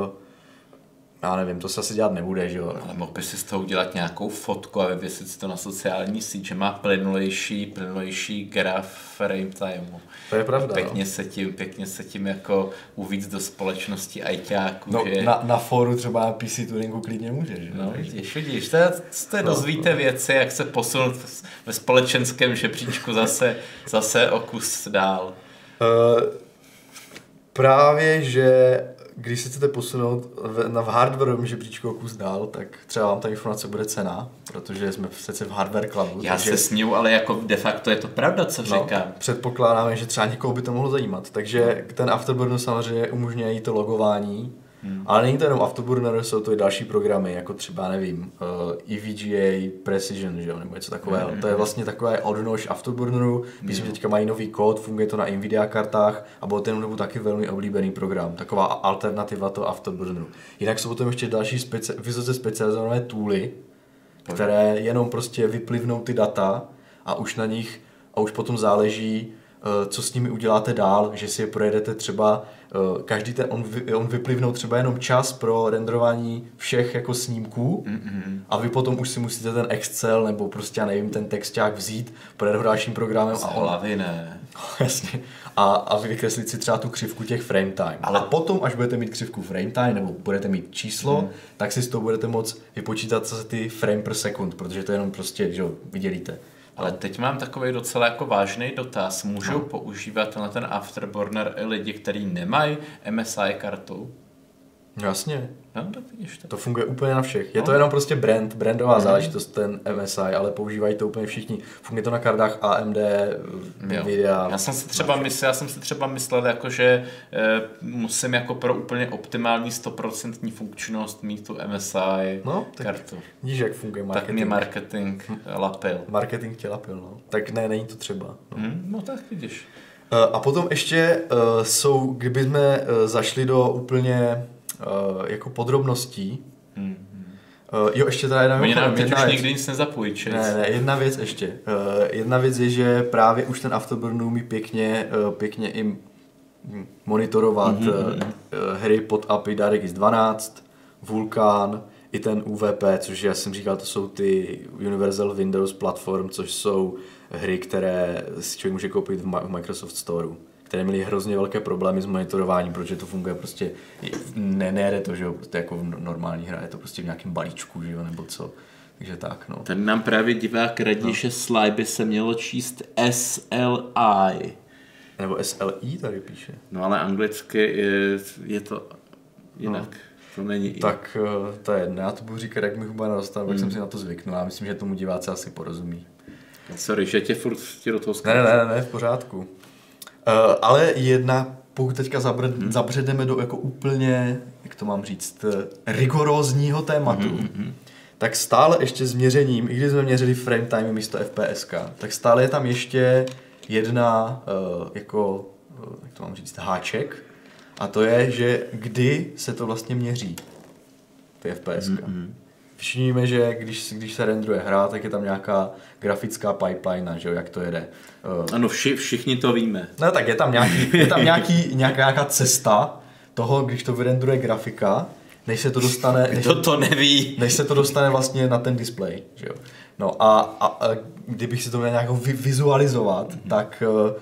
Speaker 1: já nevím, to se asi dělat nebude, že jo.
Speaker 3: Ale mohl by si z toho udělat nějakou fotku a vyvěsit si to na sociální síť, že má plynulejší graf frame timeu.
Speaker 1: To je pravda,
Speaker 3: Pěkně se tím jako uvíc do společnosti ajťáků.
Speaker 1: No,
Speaker 3: že...
Speaker 1: na fóru třeba na PC Tuningu klidně můžeš.
Speaker 3: No vidíš, to dozvíte věci, jak se posunout ve společenském žebříčku zase o kus dál.
Speaker 1: Právě, že když se chcete posunout v hardwareovém žebříčku kus dál, tak třeba vám ta informace bude cenná, protože jsme přece v hardware clubu.
Speaker 3: Já se směju, ale jako de facto je to pravda, co říkám.
Speaker 1: Předpokládáme, že třeba někoho by to mohlo zajímat. Takže ten Afterburner samozřejmě umožňuje i to logování, ale není to jenom Afterburner, jsou to i další programy, jako třeba, nevím, EVGA Precision, že jo, nebo něco takového. To je vlastně takové odnož Afterburneru, myslím, že teďka mají nový kód, funguje to na Nvidia kartách a byl ten dobu taky velmi oblíbený program, taková alternativa toho Afterburneru. Jinak jsou potom ještě další vysoce specializované tooly, které jenom prostě vyplivnou ty data a už na nich, a už potom záleží, co s nimi uděláte dál, že si je projedete třeba, každý on vyplivnou třeba jenom čas pro renderování všech jako snímků a vy potom už si musíte ten Excel nebo prostě, já nevím, ten texták vzít, projet ho dalším programem
Speaker 3: a hlavy ne.
Speaker 1: Jasně. A vykreslit si třeba tu křivku těch frame time. Ale potom, až budete mít křivku frame time nebo budete mít číslo, tak si z toho budete moct vypočítat zase ty frame per second, protože to jenom prostě, že vydělíte.
Speaker 3: Ale teď mám takový docela jako vážný dotaz. Můžou používat ten Afterburner i lidi, kteří nemají MSI kartu?
Speaker 1: Jasně.
Speaker 3: No, tak vidíš to.
Speaker 1: To funguje úplně na všech. Je to jenom prostě brandová záležitost, ten MSI, ale používají to úplně všichni. Funguje to na kartách AMD, Nvidia.
Speaker 3: Já jsem si třeba myslel, jako, že musím jako pro úplně optimální 100% funkčnost mít tu MSI kartu.
Speaker 1: Vidíš, jak funguje marketing.
Speaker 3: Tak mě marketing lapil.
Speaker 1: Marketing tě lapil, no. Tak ne, není to třeba.
Speaker 3: No tak vidíš.
Speaker 1: A potom ještě jsou, kdybychom zašli do úplně jako podrobností. Jo, ještě teda jedna věc.
Speaker 3: Teď už nikdy nic nezapůjčit.
Speaker 1: Ne, jedna věc ještě. Jedna věc je, že právě už ten Afterburner umí pěkně i monitorovat hry pod API DirectX 12, Vulkan, i ten UWP, což já jsem říkal, to jsou ty Universal Windows Platform, což jsou hry, které si člověk může koupit v Microsoft Storeu, které měly hrozně velké problémy s monitorováním, protože to funguje prostě, nejde to, že jo, prostě jako v normální hře, je to prostě v nějakém balíčku, že jo, nebo co, takže tak, no.
Speaker 2: Tady nám právě divák radí, že Sly by se mělo číst SLI.
Speaker 1: Nebo SLI tady píše.
Speaker 2: No ale anglicky je to jinak. To není
Speaker 1: tak to je jedno, já to budu říkat, jak mi huba nedostanu, tak jsem si na to zvyknul, já myslím, že tomu diváci asi porozumí.
Speaker 2: Sorry, že tě furt do toho
Speaker 1: Ne, v pořádku. Ale pokud teďka zabředeme do jako úplně, jak to mám říct, rigorózního tématu, tak stále ještě s měřením, i když jsme měřili frame time místo FPSka, tak stále je tam ještě jedna, jako, jak to mám říct, háček, a to je, že kdy se to vlastně měří, ty FPSka. Všimníme, že když se renderuje hra, tak je tam nějaká grafická pipeline, že jo, jak to jede.
Speaker 2: Ano, všichni to víme.
Speaker 1: No tak je tam nějaká cesta toho, když to vyrendruje grafika, než se to dostane...
Speaker 2: Než
Speaker 1: se to dostane vlastně na ten display, že jo. No a kdybych si to měl nějak vizualizovat, tak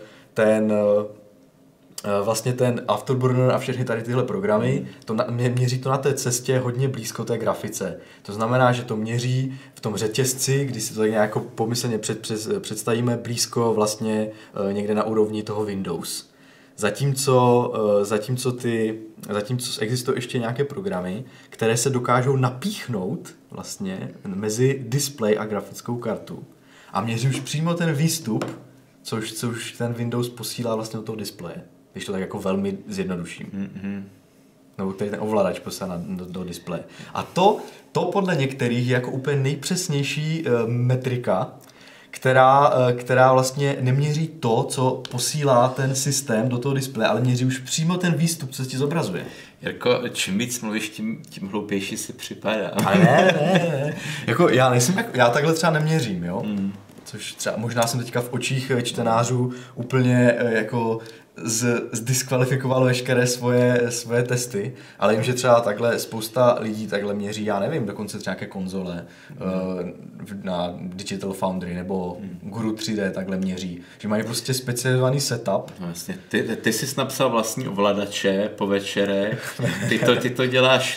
Speaker 1: vlastně ten Afterburner a všechny tady tyhle programy, měří to na té cestě hodně blízko té grafice. To znamená, že to měří v tom řetězci, když si to tak nějak pomyslně představíme, blízko vlastně někde na úrovni toho Windows. Zatímco existují ještě nějaké programy, které se dokážou napíchnout vlastně mezi display a grafickou kartu. A měří už přímo ten výstup, což ten Windows posílá vlastně do toho displeje. Když to tak jako velmi zjednoduším. Nebo který ten ovladač posílá do displeje. A to podle některých je jako úplně nejpřesnější metrika, která vlastně neměří to, co posílá ten systém do toho displeje, ale měří už přímo ten výstup, co se ti zobrazuje.
Speaker 3: Jirko, čím víc mluvíš, tím hloupější si připadá.
Speaker 1: Ale ne. Jako já takhle třeba neměřím, jo? Což třeba možná jsem teďka v očích čtenářů úplně jako zdiskvalifikoval veškeré svoje testy, ale vím, že třeba takhle spousta lidí takhle měří, já nevím, dokonce třeba nějaké konzole na Digital Foundry nebo Guru 3D takhle měří, že mají prostě specializovaný setup.
Speaker 2: No vlastně, ty jsi napsal vlastní ovladače po večerech, ty to děláš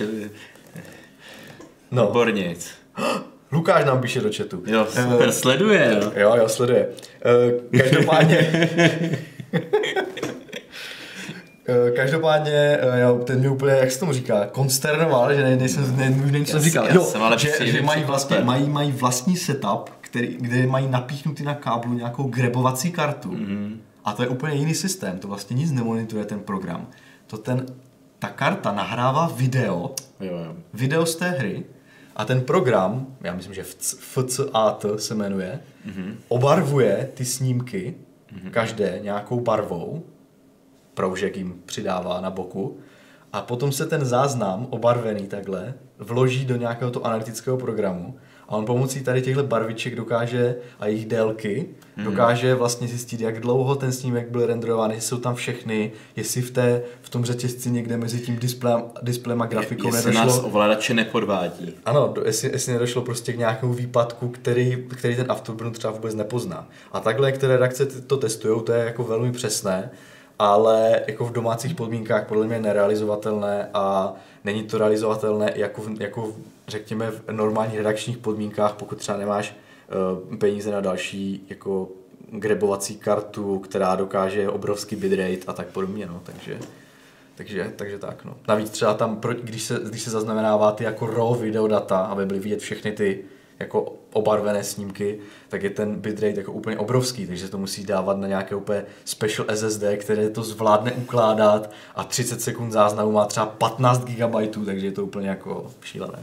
Speaker 2: odbornějc.
Speaker 1: Lukáš nám píše do chatu.
Speaker 2: Jo, super, sleduje.
Speaker 1: Jo, sleduje. Každopádně... Každopádně, ten mě úplně, jak se tomu říká, konsternoval, že nevím, co jsem říkal. Že mají vlastní setup, kde mají napíchnutý na káblu nějakou grebovací kartu. Mm-hmm. A to je úplně jiný systém, to vlastně nic nemonitoruje ten program. Ta karta nahrává video z té hry a ten program, já myslím, že FCAT se jmenuje, obarvuje ty snímky, každé nějakou barvou, proužek jim přidává na boku a potom se ten záznam obarvený takhle vloží do nějakého to analytického programu a on pomocí tady těchto barviček dokáže a jejich délky dokáže vlastně zjistit, jak dlouho ten snímek byl renderován, jestli jsou tam všechny, jestli v tom řetězci někde mezi tím displejem a grafikou
Speaker 3: nedošlo. Jestli nás ovladače nepodvádí.
Speaker 1: Ano, jestli nedošlo prostě k nějakému výpadku, který ten Afterburner třeba vůbec nepozná. A takhle, které redakce to testujou, to je jako velmi přesné, ale jako v domácích podmínkách podle mě nerealizovatelné a není to realizovatelné jako řekněme v normálních redakčních podmínkách, pokud třeba nemáš peníze na další jako grebovací kartu, která dokáže obrovský bitrate a tak podobně, no, takže tak, no. Navíc třeba tam, když se zaznamenává ty jako raw videodata, aby byly vidět všechny ty jako obarvené snímky, tak je ten bitrate jako úplně obrovský, takže to musí dávat na nějaké úplně special SSD, které to zvládne ukládat a 30 sekund záznamu má třeba 15 GB, takže je to úplně jako šílené.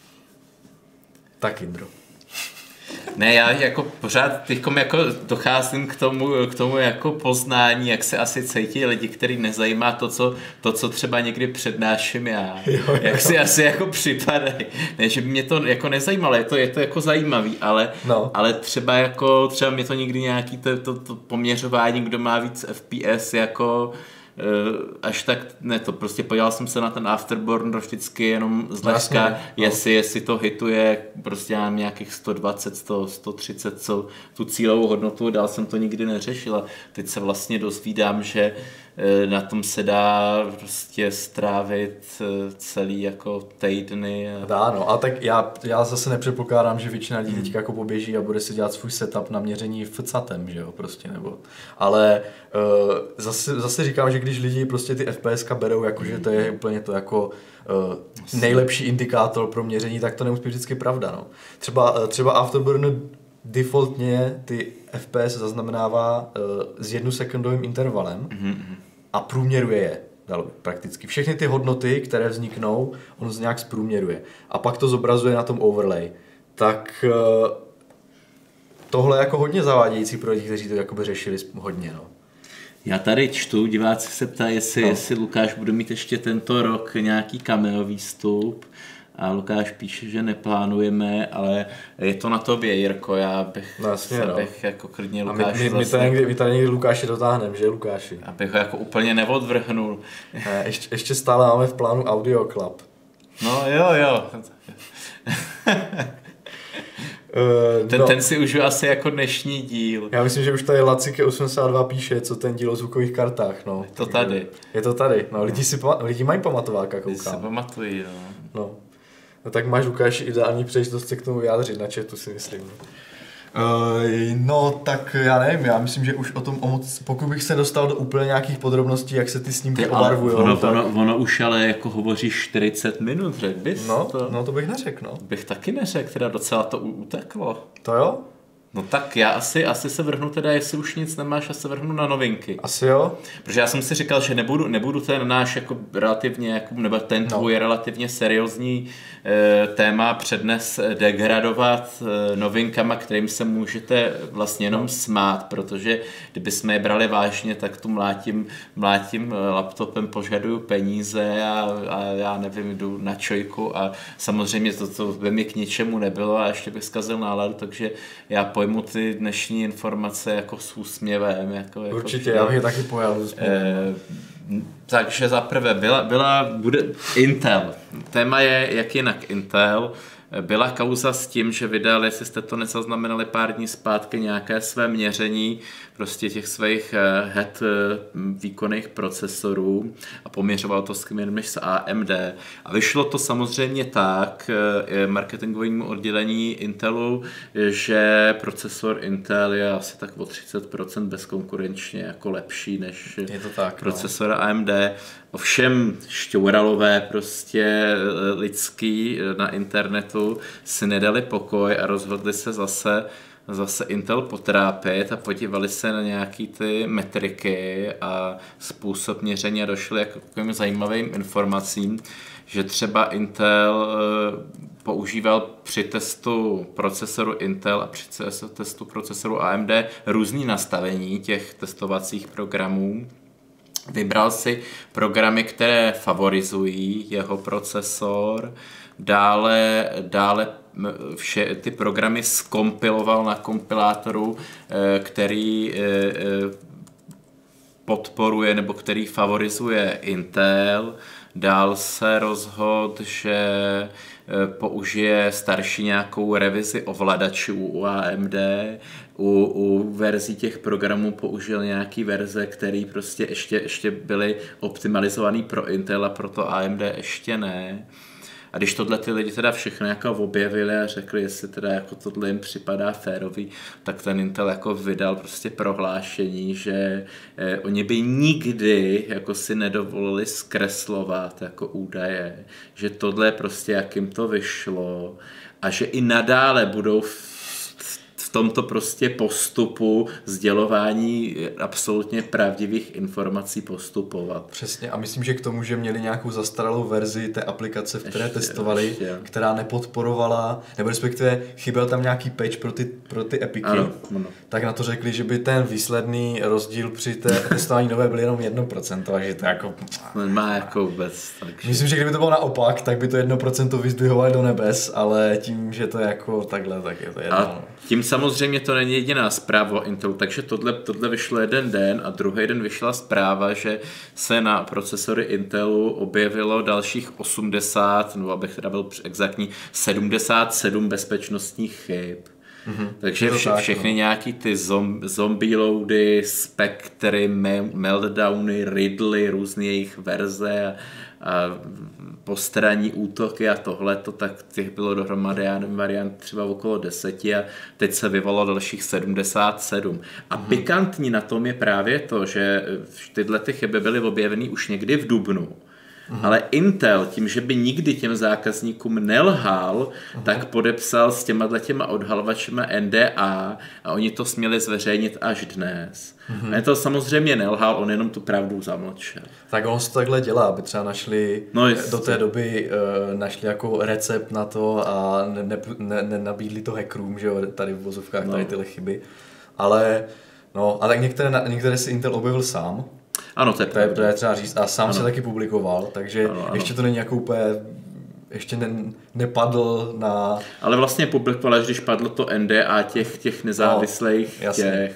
Speaker 1: Tak, Indro.
Speaker 3: Ne, já jako pořád teďkom jako docházím k tomu jako poznání, jak se asi cítí lidi, který nezajímá to, co třeba někdy přednáším já. Jak si asi jako připadají. Ne, že by mě to jako nezajímalo, je to jako zajímavý, ale třeba mě to nikdy nějaký to poměřování, kdo má víc FPS jako až tak ne to, prostě podíval jsem se na ten Afterburner vždycky jenom zlehka, jestli to hituje prostě já mám nějakých 120, 130 tu cílovou hodnotu, dál jsem to nikdy neřešil a teď se vlastně dozvídám, že na tom se dá prostě strávit celý jako týdny.
Speaker 1: Dá, no, a tak já zase nepředpokládám, že většina lidí teďka jako poběží a bude si dělat svůj setup na měření FCATem, že jo, prostě, nebo, ale zase říkám, že když lidi prostě ty FPSka berou, jakože to je úplně to jako nejlepší indikátor pro měření, tak to nemusí být vždycky pravda, no. Třeba Afterburner defaultně ty FPS zaznamenává s 1 sekundovým intervalem a průměruje je prakticky. Všechny ty hodnoty, které vzniknou, on nějak zprůměruje. A pak to zobrazuje na tom overlay. Tak tohle je jako hodně zavádějící pro lidi, kteří to jakoby řešili hodně. No.
Speaker 3: Já tady čtu, diváci se ptají, jestli Lukáš bude mít ještě tento rok nějaký cameo výstup. A Lukáš píše, že neplánujeme, ale je to na tobě, Jirko, já bych jako klidně Lukáši
Speaker 1: my tady někdy Lukáši dotáhneme, že Lukáši?
Speaker 3: Abych ho jako úplně neodvrhnul.
Speaker 1: Ještě stále máme v plánu Audio Club.
Speaker 3: No jo. Ten si užiju asi jako dnešní díl.
Speaker 1: Já myslím, že už tady Lacike 82 píše, co ten díl o zvukových kartách, no. Je to tady, no, lidi mají pamatováka, koukám.
Speaker 3: Lidi se pamatují,
Speaker 1: no. No tak máš, Lukáši, ideální příležitost se k tomu vyjádřit na chatu, si myslím. No tak já nevím, já myslím, že už o tom moc, pokud bych se dostal do úplně nějakých podrobností, jak se ty snímky obarvujou.
Speaker 3: Ono už ale jako hovoří 40 minut, řekl bys?
Speaker 1: No to bych neřekl, no.
Speaker 3: Bych taky neřekl, teda docela to uteklo.
Speaker 1: To jo?
Speaker 3: No tak já asi se vrhnu teda, jestli už nic nemáš, se vrhnu na novinky.
Speaker 1: Asi jo.
Speaker 3: Protože já jsem si říkal, že nebudu ten náš jako relativně, jako, nebo ten tvůj relativně seriózní téma přednes degradovat novinkama, kterým se můžete vlastně jenom smát, protože kdyby jsme je brali vážně, tak tu mlátím laptopem, požaduju peníze a já nevím, jdu na čojku a samozřejmě to by mi k ničemu nebylo a ještě bych zkazil náladu, takže já pojmu ty dnešní informace jako s úsměvem. Jako
Speaker 1: určitě, já bych je taky pojal.
Speaker 3: Takže zaprvé bude Intel. Téma je, jak jinak Intel. Byla kauza s tím, že vydal, jestli jste to nezaznamenali pár dní zpátky, nějaké své měření
Speaker 2: prostě těch svých head výkonných procesorů a poměřoval to s kým jiným než s AMD. A vyšlo to samozřejmě tak marketingovému oddělení Intelu, že procesor Intel je asi tak o 30% bezkonkurenčně jako lepší než procesor AMD. Ovšem šťouralové prostě lidský na internetu si nedali pokoj a rozhodli se zase Intel potrápit a podívali se na nějaký ty metriky a způsob měření a došli jako takovým zajímavým informacím, že třeba Intel používal při testu procesoru Intel a při testu procesoru AMD různý nastavení těch testovacích programů. Vybral si programy, které favorizují jeho procesor, dále ty programy zkompiloval na kompilátoru, který podporuje nebo který favorizuje Intel. Dál se rozhodl, že použije starší nějakou revizi ovladačů u AMD. U verzí těch programů použil nějaký verze, které prostě ještě byly optimalizované pro Intel a pro to AMD ještě ne. A když tohle ty lidi teda všechno jako objevili a řekli, jestli teda jako tohle jim připadá férový, tak ten Intel jako vydal prostě prohlášení, že oni by nikdy jako si nedovolili zkreslovat jako údaje, že tohle prostě jak jim to vyšlo a že i nadále budou v tomto prostě postupu sdělování absolutně pravdivých informací postupovat.
Speaker 1: Přesně a myslím, že k tomu, že měli nějakou zastaralou verzi té aplikace, v které testovali, která nepodporovala, nebo respektive chyběl tam nějaký patch pro ty epiky, ano. Tak na to řekli, že by ten výsledný rozdíl při testování nové byl jenom 1%, takže to jako...
Speaker 2: Má jako vůbec. Takže...
Speaker 1: Myslím, že kdyby to bylo naopak, tak by to 1% vyzdvihovali do nebes, ale tím, že to je jako takhle, tak je to jedno.
Speaker 2: A tím samozřejmě to není jediná zpráva o Intelu, takže tohle vyšlo jeden den a druhý den vyšla zpráva, že se na procesory Intelu objevilo dalších 80, nebo abych teda byl exaktní, 77 bezpečnostních chyb. Takže všechny nějaký ty zombie loady, spektry, meltdowny, riddly, různé jejich verze a postranní útoky a tohleto, tak těch bylo dohromady, já nevím, variant třeba okolo 10 a teď se vyvolalo dalších 77. A pikantní na tom je právě to, že tyhle ty chyby byly objeveny už někdy v dubnu. Ale Intel, tím, že by nikdy těm zákazníkům nelhal, tak podepsal s těma odhalovačema NDA a oni to směli zveřejnit až dnes. A to samozřejmě nelhal, on jenom tu pravdu zamlčel.
Speaker 1: Tak on se to takhle dělá, aby třeba našli do té doby našli jako recept na to a nenabídli to hackerům, že jo, tady v vozovkách tady tyhle chyby. Ale a tak některé si Intel objevil sám.
Speaker 2: Ano, to
Speaker 1: je třeba říct. A sám se taky publikoval, takže ještě to není jako úplně, ještě nepadl na...
Speaker 2: Ale vlastně publikoval, až když padlo to NDA těch nezávislých
Speaker 1: jasně.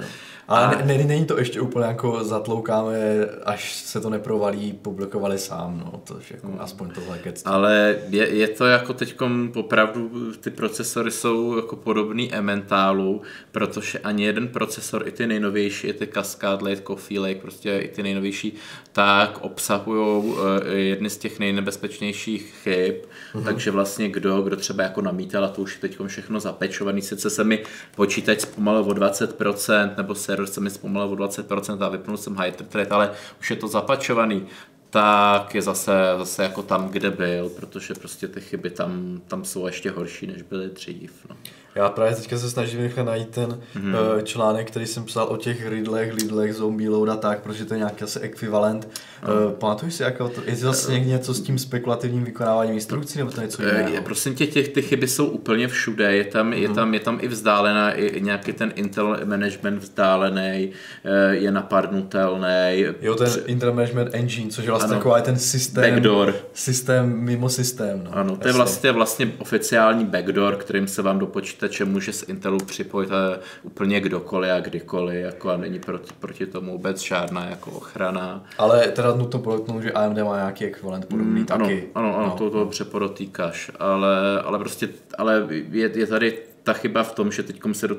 Speaker 1: Ale není to ještě úplně jako zatloukáme, až se to neprovalí, publikovali sám, to jako aspoň tohle kectví.
Speaker 2: Ale je to jako teďkom opravdu, ty procesory jsou jako podobný Emmentalu, protože ani jeden procesor, i ty nejnovější, i ty Cascade Lake, Coffee Lake, prostě i ty nejnovější, tak obsahujou jedny z těch nejnebezpečnějších chyb, takže vlastně kdo třeba jako namítal, a to už je teďkom všechno zapečovaný, sice se mi počítač zpomalil o 20%, nebo server se mi zpomalil o 20% a vypnul jsem Hyper-Thread, ale už je to zapačovaný, tak je zase jako tam, kde byl, protože prostě ty chyby tam jsou ještě horší, než byly dřív.
Speaker 1: Já právě teďka se snažím nechat najít ten článek, který jsem psal o těch lidlech, zombie load a tak, protože to je nějaký asi ekvivalent. Pamatuješ si, je to zase něco s tím spekulativním vykonáváním instrukcí, nebo to něco jiného?
Speaker 2: Prosím tě, ty chyby jsou úplně všude, je tam i vzdálená, i nějaký ten Intel management vzdálený, je napadnutelný.
Speaker 1: Jo, ten Intel management engine, což je vlastně takový ten systém.
Speaker 2: Backdoor.
Speaker 1: Systém mimo systém.
Speaker 2: Ano, to je vlastně oficiální backdoor, kterým se vám do počítače může z Intelu připojit úplně kdokoliv a kdykoliv, jako a není proti tomu vůbec žádná jako ochrana.
Speaker 1: Ale teda nutno podotknout, že AMD má nějaký ekvivalent podobný taky.
Speaker 2: Ano, to dobře podotýkáš, ale prostě je tady ta chyba v tom, že teďkom se do toho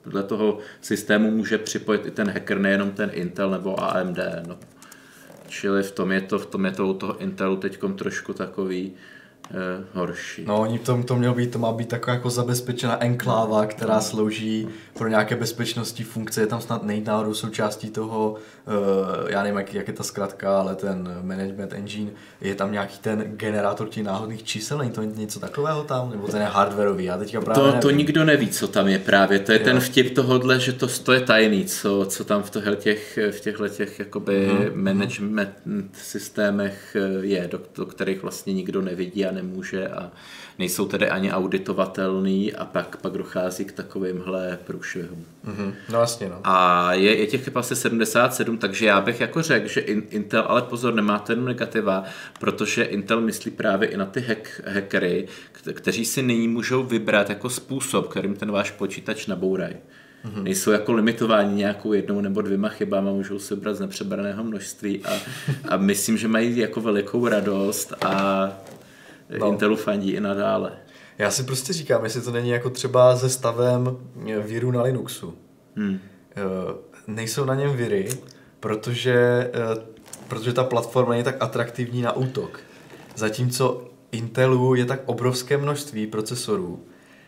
Speaker 2: dle toho systému může připojit i ten hacker, nejenom ten Intel nebo AMD. No. Čili v tom je to u toho Intelu teďkom trošku takový horší.
Speaker 1: No, oni to má být taková jako zabezpečená enkláva, která slouží pro nějaké bezpečnostní funkce. Je tam snad nejít náhodou součástí toho, já nevím, jak je ta zkratka, ale ten management engine, je tam nějaký ten generátor těch náhodných čísel, není to něco takového tam, nebo ten je hardwareový? Já teďka právě
Speaker 2: to nikdo neví, co tam je právě. To je ten vtip tohodle, že to je tajný, co tam v těchto jakoby management systémech je, do kterých vlastně nikdo nevidí a nemůže a nejsou tedy ani auditovatelný a pak dochází k takovýmhle průšvihům.
Speaker 1: No jasně, no.
Speaker 2: A je těch chyb asi 77, takže já bych jako řekl, že Intel, ale pozor, nemá ten negativa, protože Intel myslí právě i na ty hackery, kteří si nyní můžou vybrat jako způsob, kterým ten váš počítač nabourají. Nejsou jako limitováni nějakou 1 nebo 2 chybama, můžou se vybrat z nepřebraného množství a myslím, že mají jako velikou radost a Intelu fandí i nadále.
Speaker 1: Já si prostě říkám, jestli to není jako třeba se stavem viru na Linuxu. Nejsou na něm viry, protože ta platforma není tak atraktivní na útok. Zatímco Intelu je tak obrovské množství procesorů,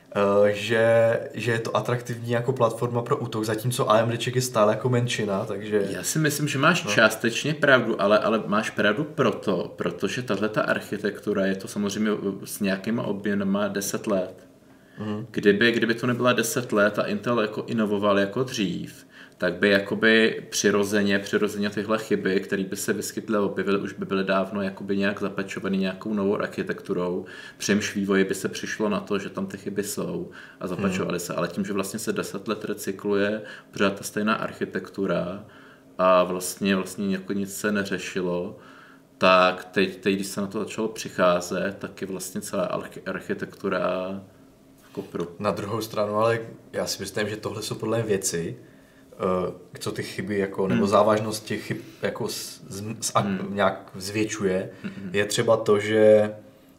Speaker 1: že je to atraktivní jako platforma pro útok, zatímco AMDček je stále jako menšina, takže...
Speaker 2: Já si myslím, že máš částečně pravdu, ale máš pravdu protože tahleta architektura je to samozřejmě s nějakýma objemama 10 let. Kdyby to nebyla 10 let a Intel jako inovoval jako dřív, tak by jakoby přirozeně tyhle chyby, které by se vyskytly a objevily, už by byly dávno jakoby nějak zapečovaný nějakou novou architekturou. Při jemž vývoji by se přišlo na to, že tam ty chyby jsou a zapečovaly se. Ale tím, že vlastně se 10 let recykluje pořád ta stejná architektura a vlastně jako nic se neřešilo, tak teď, když se na to začalo přicházet, tak je vlastně celá architektura kopru.
Speaker 1: Na druhou stranu, ale já si myslím, že tohle jsou podle mě věci, co ty chyby jako, nebo závažnost těch chyb jako nějak zvětšuje, je třeba to, že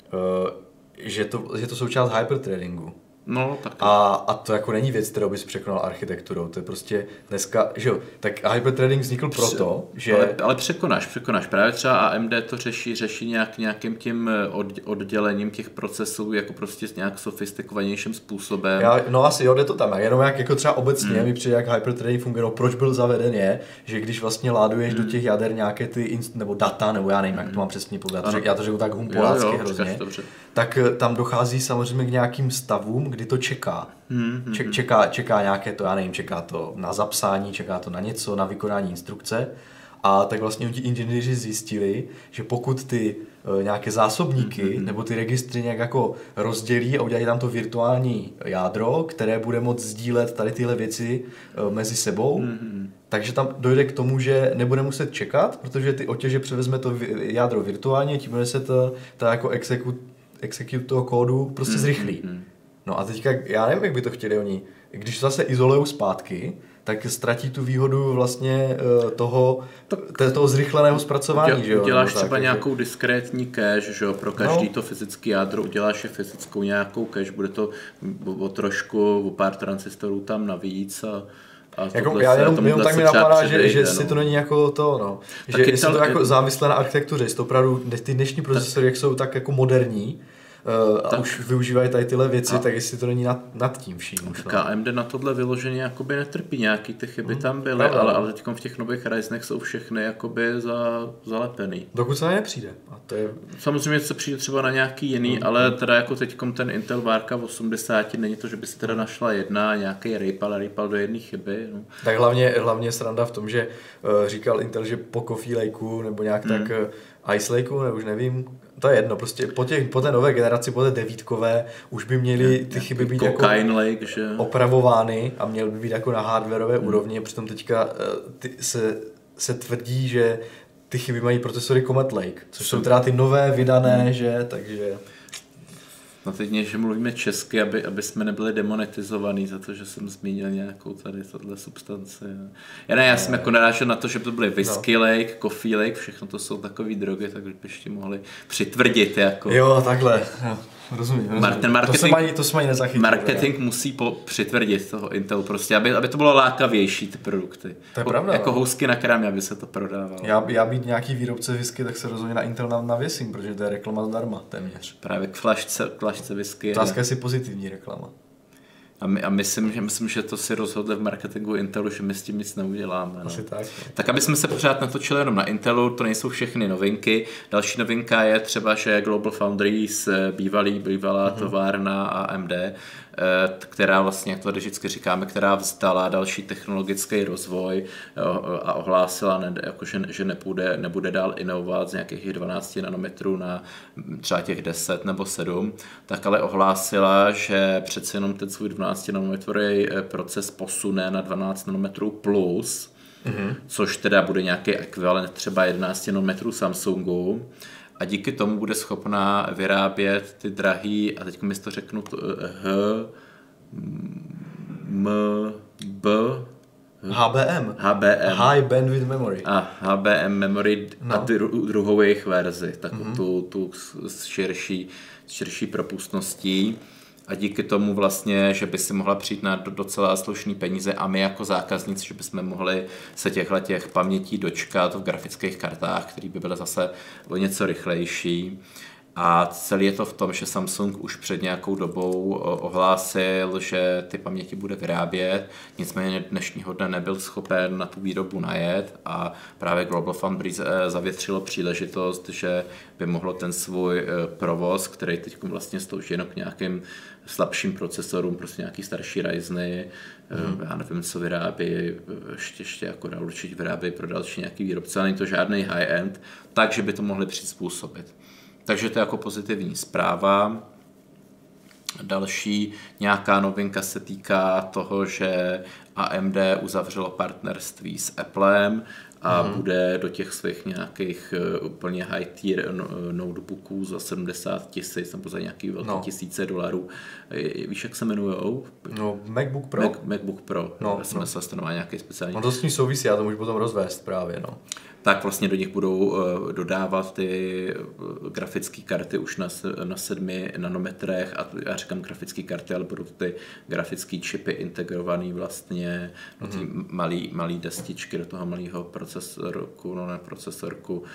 Speaker 1: je to součást hyperthreadingu.
Speaker 2: No, tak.
Speaker 1: A to jako není věc, kterou bys překonal architekturou. To je prostě dneska, že jo, tak hyperthreading vznikl proto, že...
Speaker 2: Ale překonáš. Právě třeba AMD to řeší nějakým tím oddělením těch procesů jako prostě s nějak sofistikovanějším způsobem.
Speaker 1: No asi jo, jde to tam. Jenom jak jako třeba obecně mi přijde, jak hyperthreading funguje, no, proč byl zaveden je, že když vlastně láduješ do těch jader nějaké ty nebo data, nebo já nevím, jak to mám přesně povedat, já to řeknu tak humpolácky hrozně, tak tam dochází samozřejmě k nějakým stavům, kdy to čeká. Čeká nějaké to, já nevím, čeká to na zapsání, čeká to na něco, na vykonání instrukce. A tak vlastně ti inženýři zjistili, že pokud ty nějaké zásobníky nebo ty registry nějak jako rozdělí a udělají tam to virtuální jádro, které bude moct sdílet tady tyhle věci mezi sebou, takže tam dojde k tomu, že nebude muset čekat, protože ty otěže převezme to jádro virtuálně, tím se ta jako execute toho kódu prostě zrychlí. No a teďka, já nevím, jak by to chtěli oni. Když zase izolujou zpátky, tak ztratí tu výhodu vlastně toho zrychleného zpracování. Že jo?
Speaker 2: Uděláš třeba nějakou diskrétní cache, že jo? Pro každý to fyzické jádro uděláš je fyzickou nějakou cache, bude to o pár transistorů tam navíc a
Speaker 1: jako já jenom tak mi napadá, že si to není jako to, no. Že jestli to jako závislé na architektuře, jestli to opravdu ty dnešní procesory, jak jsou tak jako moderní, a už využívají tady tyhle věci, tak jestli to není nad tím vším.
Speaker 2: Tak AMD na tohle vyloženě jakoby netrpí, nějaký ty chyby tam byly, ale teď v těch nových Ryzenech jsou všechny jakoby zalepený.
Speaker 1: Dokud se nepřijde. A to je...
Speaker 2: Samozřejmě se přijde třeba na nějaký jiný, ale teda jako teďkom ten Intel Várka 80 není to, že by se teda našla jedna, nějaký rejpal do jedné chyby. No.
Speaker 1: Tak hlavně sranda v tom, že říkal Intel, že po Coffee Lakeu nebo nějak tak Ice Lakeu, nebo už nevím, to je jedno, prostě po té nové generaci, po té devítkové, už by měly ty chyby být jako
Speaker 2: Lake, že?
Speaker 1: Opravovány a měly by být jako na hardwareové úrovni, přitom teďka se tvrdí, že ty chyby mají procesory Comet Lake, což jsou teda ty nové vydané, že, takže...
Speaker 2: No teď že mluvíme česky, aby jsme nebyli demonetizovaný za to, že jsem zmínil nějakou tady tohle substanci. Já jsem jako narážel na to, že to byly Whisky Lake, Coffee Lake, všechno to jsou takové drogy, takže byste mohli přitvrdit jako.
Speaker 1: Jo, takhle. Rozumím.
Speaker 2: Ten marketing,
Speaker 1: to se mají nezachytit.
Speaker 2: Marketing musí přitvrdit toho Intelu prostě, aby to bylo lákavější ty produkty.
Speaker 1: To je pravda.
Speaker 2: Jako housky na krámě, aby se to prodávalo.
Speaker 1: Já být nějaký výrobce whisky, tak se rozhodně na Intel navěsím, protože to je reklama zdarma téměř.
Speaker 2: Právě k flašce whisky.
Speaker 1: Otázka je si pozitivní reklama.
Speaker 2: A myslím, že to si rozhodli v marketingu Intelu, že my s tím nic neuděláme.
Speaker 1: Asi
Speaker 2: no.
Speaker 1: tak.
Speaker 2: Tak aby jsme se pořád natočili jenom na Intelu, to nejsou všechny novinky. Další novinka je třeba, že Global Foundries, bývalá továrna AMD, která vlastně, jak to vždycky říkáme, která vzdala další technologický rozvoj a ohlásila, že nebude dál inovovat z nějakých 12 nanometrů na třeba těch 10 nebo 7, tak ale ohlásila, že přece jenom ten svůj 12 nanometrový proces posune na 12 nanometrů plus, což teda bude nějaký ekvivalent třeba 11 nanometrů Samsungu. A díky tomu bude schopná vyrábět ty drahý, a teď mi to řeknu,
Speaker 1: HBM. High Bandwidth Memory.
Speaker 2: A HBM Memory a druhou jejich verzi, takovou tu širší propustností. A díky tomu vlastně, že by si mohla přijít na docela slušný peníze a my jako zákazníci, že bychom mohli se těch pamětí dočkat v grafických kartách, které by byly zase o něco rychlejší. A celý je to v tom, že Samsung už před nějakou dobou ohlásil, že ty paměti bude vyrábět, nicméně dnešního dne nebyl schopen na tu výrobu najet a právě Global Foundries zavětřilo příležitost, že by mohlo ten svůj provoz, který teď vlastně slouží jenom k nějakým slabším procesorům, prostě nějaký starší Ryzeny, já nevím, co vyrábí, ještě jako určitě vyrábí pro další nějaký výrobce, ale není to žádný high-end, takže by to mohli přizpůsobit. Takže to je jako pozitivní zpráva. Další nějaká novinka se týká toho, že AMD uzavřelo partnerství s Applem a bude do těch svých nějakých úplně high tier notebooků za 70 000 nebo za nějaký velký $1000. Víš, jak se jmenujou?
Speaker 1: No, MacBook Pro.
Speaker 2: MacBook Pro. Jsme se stanovali nějaký speciální.
Speaker 1: No to s tím souvisí, já to můžu potom rozvést právě, no.
Speaker 2: Tak vlastně do nich budou dodávat ty grafické karty už na 7 nanometrech a já říkám grafické karty, ale budou ty grafické čipy integrované vlastně do té malé destičky, do toho malého procesorku,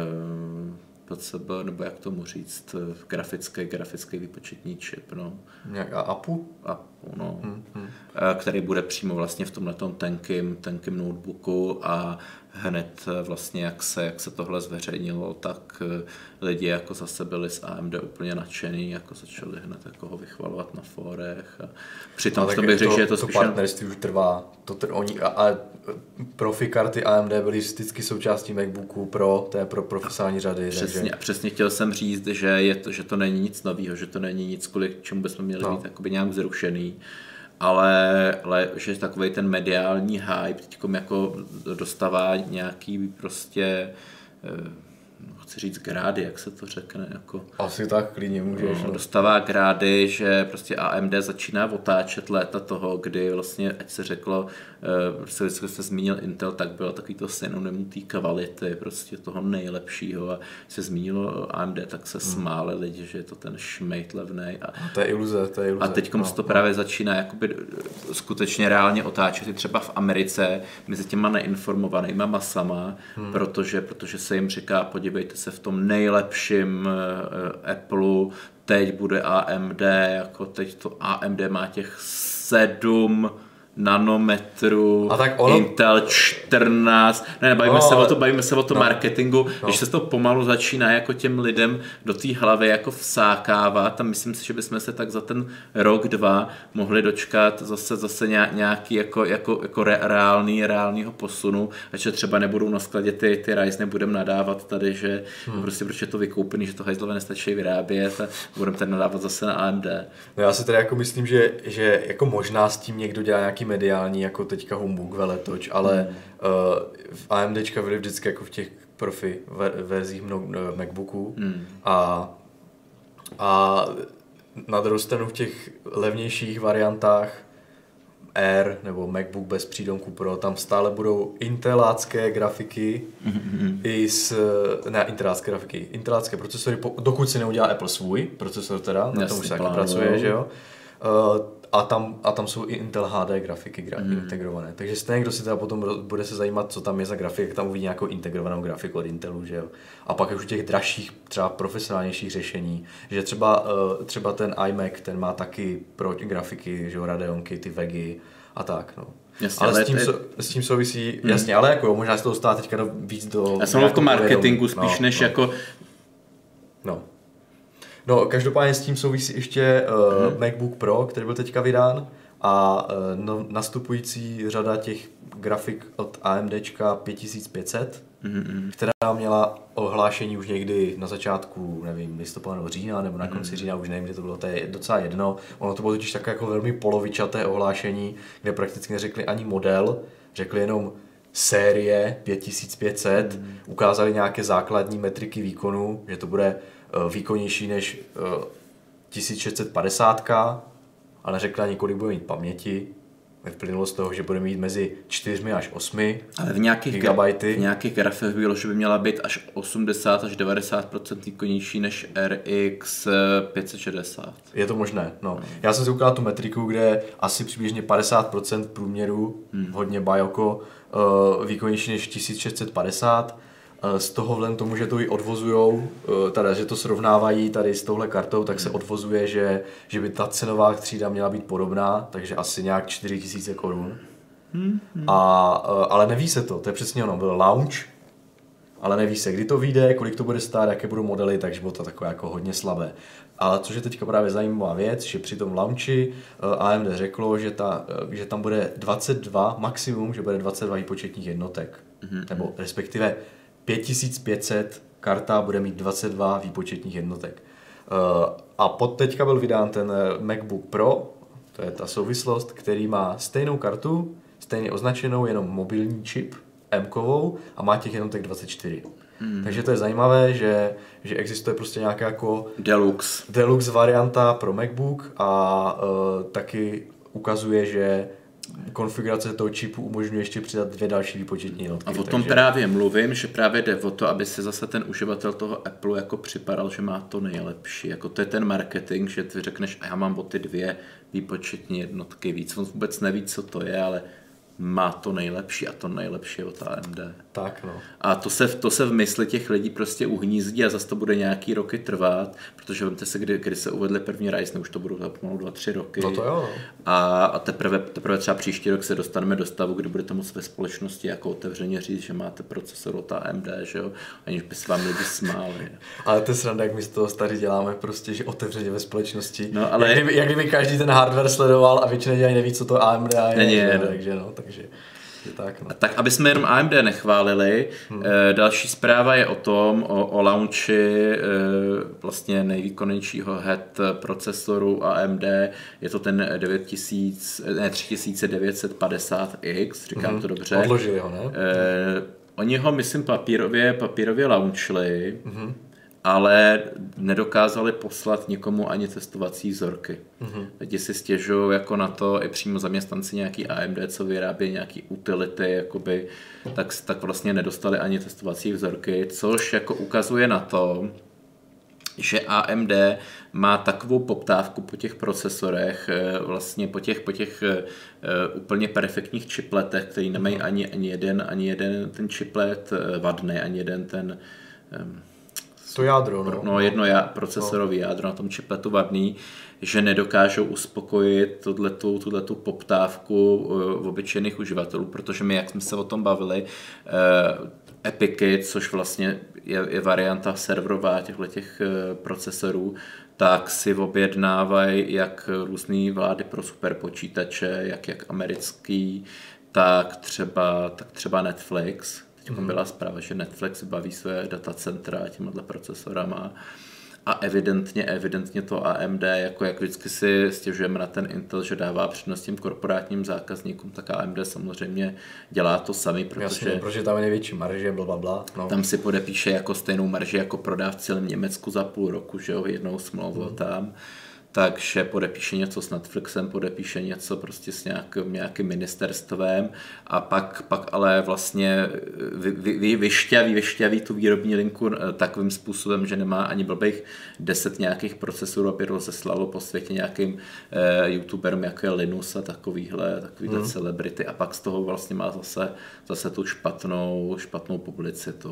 Speaker 2: PCB, nebo jak tomu říct, grafický výpočetní čip, no.
Speaker 1: Nějaká APU,
Speaker 2: no. Který bude přímo vlastně v tomhletom tenkým notebooku a hned vlastně, jak se tohle zveřejnilo, tak lidi jako zase byli z AMD úplně nadšený, jako začali hned jako ho vychvalovat na fórech. A přitom to bych řekl, že je to spíš...
Speaker 1: To partnerství už trvá. A profi karty AMD byly vždycky součástí MacBooku Pro, to je pro profesionální řady.
Speaker 2: Přesně chtěl jsem říct, že to není nic nového, že to není nic, kvůli čemu bychom měli být jakoby nějak zrušený. Ale že takovej ten mediální hype teďkom jako dostává nějaký prostě, chci říct grády, jak se to řekne. Jako,
Speaker 1: asi tak klidně můžeš.
Speaker 2: Dostává grády, že prostě AMD začíná otáčet léta toho, kdy vlastně, ať se řeklo, když se zmínil Intel, tak bylo takový to synonymum té kvality, prostě toho nejlepšího a se zmínilo AMD, tak se smáli lidi, že je to ten šmejt levnej.
Speaker 1: To je iluze.
Speaker 2: A teďkom se to právě začíná jakoby skutečně reálně otáčet i třeba v Americe mezi těma neinformovanýma masama, protože se jim říká, podívejte se, v tom nejlepším Appleu teď bude AMD, jako teď to AMD má těch 7 nanometrů, Intel 14, bavíme se o tom marketingu, když se to pomalu začíná jako těm lidem do té hlavy jako vsákávat a myslím si, že bychom se tak za ten rok, 2 mohli dočkat zase nějaký jako reálnýho posunu, a že třeba nebudou na skladě ty Ryzeny, budeme nadávat tady, že prostě proč je to vykoupený, že to hajzlové nestačí vyrábět a budeme tady nadávat zase na AMD.
Speaker 1: No já si teda jako myslím, že jako možná s tím někdo dělá nějaký mediální, jako teďka humbug, veletoč, ale v AMDčka byly vždycky jako v těch profi verzích MacBooků a na druhou stranu v těch levnějších variantách Air nebo MacBook bez přídomku Pro, tam stále budou intelácké grafiky intelácké procesory, dokud si neudělá Apple svůj procesor teda, na tom už se taky pracuje, že jo. A tam jsou i Intel HD grafiky integrované. Takže stejně, kdo si teda potom bude se zajímat, co tam je za grafik, tam uvidí nějakou integrovanou grafiku od Intelu, že jo. A pak už u těch dražších, třeba profesionálnějších řešení, že třeba ten iMac, ten má taky pro grafiky, že jo, Radeonky, ty Vegy a tak, no. Jasně, ale s tím souvisí, jasně, ale jako možná se to dostává teďka víc do...
Speaker 2: Já jsem v marketingu spíš než jako...
Speaker 1: No, každopádně s tím souvisí ještě MacBook Pro, který byl teďka vydán a nastupující řada těch grafik od AMDčka 5500, která měla ohlášení už někdy na začátku, nevím, listopadu října nebo na konci října, už nevím, kde to bylo, to je docela jedno. Ono to bylo totiž takové jako velmi polovičaté ohlášení, kde prakticky neřekli ani model, řekli jenom série 5500, ukázali nějaké základní metriky výkonu, že to bude výkonnější než 1650, ale neřekla ani, kolik bude mít paměti. Vyplynulo z toho, že bude mít mezi 4 až 8
Speaker 2: ale v nějakých grafech bylo, že by měla být až 80 až 90% výkonnější než RX 560.
Speaker 1: Je to možné, no. Já jsem si ukázal tu metriku, kde asi přibližně 50% průměru, hodně bajoko, výkonnější než 1650. Z toho vzhledem tomu, že to i odvozujou, teda, že to srovnávají tady s touhle kartou, tak se odvozuje, že by ta cenová třída měla být podobná, takže asi nějak 4000 korun. Ale neví se to je přesně ono, byl launch, ale neví se, kdy to vyjde, kolik to bude stát, jaké budou modely, takže bylo to takové jako hodně slabé. Ale což je teďka právě zajímavá věc, že při tom launchi AMD řeklo, že tam bude 22, maximum, že bude 22 výpočetních jednotek, nebo respektive 5500 karta bude mít 22 výpočetních jednotek. A teďka byl vydán ten MacBook Pro, to je ta souvislost, který má stejnou kartu, stejně označenou, jenom mobilní čip, M-kovou a má těch jednotek 24. Takže to je zajímavé, že existuje prostě nějaká jako deluxe varianta pro MacBook a taky ukazuje, že konfigurace toho čipu umožňuje ještě přidat 2 další výpočetní jednotky.
Speaker 2: A o tom právě mluvím, že právě jde o to, aby se zase ten uživatel toho Apple jako připadal, že má to nejlepší. Jako to je ten marketing, že ty řekneš, a já mám o ty 2 výpočetní jednotky víc. On vůbec neví, co to je, ale má to nejlepší a to nejlepší je od AMD.
Speaker 1: Tak no.
Speaker 2: A to se v mysli těch lidí prostě uhnízdí a zase to bude nějaký roky trvat, protože vemte se, kdy se uvedli první Ryzen, už to budou pomalu 2-3 roky.
Speaker 1: No to jo.
Speaker 2: A teprve třeba příští rok se dostaneme do stavu, kdy budete moct ve společnosti jako otevřeně říct, že máte procesor od AMD, že jo, aniž by se vám lidi smáli.
Speaker 1: Ale to je sranda, jak my z toho tady děláme prostě, že otevřeně ve společnosti.
Speaker 2: No, ale...
Speaker 1: jak kdyby každý ten hardware sledoval a většinou neví, co to AMD je. Takže no, takže tak, no.
Speaker 2: Tak, aby jsme jenom AMD nechválili, další zpráva je o tom, o launchi vlastně nejvýkonnějšího head procesoru AMD, je to ten 3950X, říkám to dobře.
Speaker 1: Odložili ho, ne?
Speaker 2: Oni ho, myslím, papírově launchili, ale nedokázali poslat nikomu ani testovací vzorky. Lidi si stěžují jako na to, i přímo zaměstnanci nějaký AMD, co vyrábí nějaký utility, jakoby, tak vlastně nedostali ani testovací vzorky, což jako ukazuje na to, že AMD má takovou poptávku po těch procesorech, vlastně po těch úplně perfektních chipletech, který nemají ani jeden ten chiplet vadný, ani jeden ten
Speaker 1: to jádro, no.
Speaker 2: Jedno procesorový jádro na tom chipletu vadný, že nedokážou uspokojit tuhletu poptávku obyčejných uživatelů, protože my, jak jsme se o tom bavili, Epicy, což vlastně je varianta serverová těchto procesorů, tak si objednávají jak různé vlády pro superpočítače, jak americký, tak třeba Netflix. Teď byla zpráva, že Netflix baví své datacentra těmhle procesorama a evidentně to AMD, jako jak vždycky si stěžujeme na ten Intel, že dává přednost těm korporátním zákazníkům, tak AMD samozřejmě dělá to sami,
Speaker 1: protože tam je největší marže, blablabla. No.
Speaker 2: Tam si podepíše jako stejnou marži, jako prodá v celém Německu za půl roku, že jo, jednou smlouvu tam. takže podepíše něco s Netflixem, podepíše něco prostě s nějakým ministerstvem a pak ale vlastně vyšťaví tu výrobní linku takovým způsobem, že nemá ani blbých 10 nějakých procesorů, aby rozeslalo po světě nějakým youtuberům, jako je Linus a takovýhle celebrity a pak z toho vlastně má zase tu špatnou publicitu.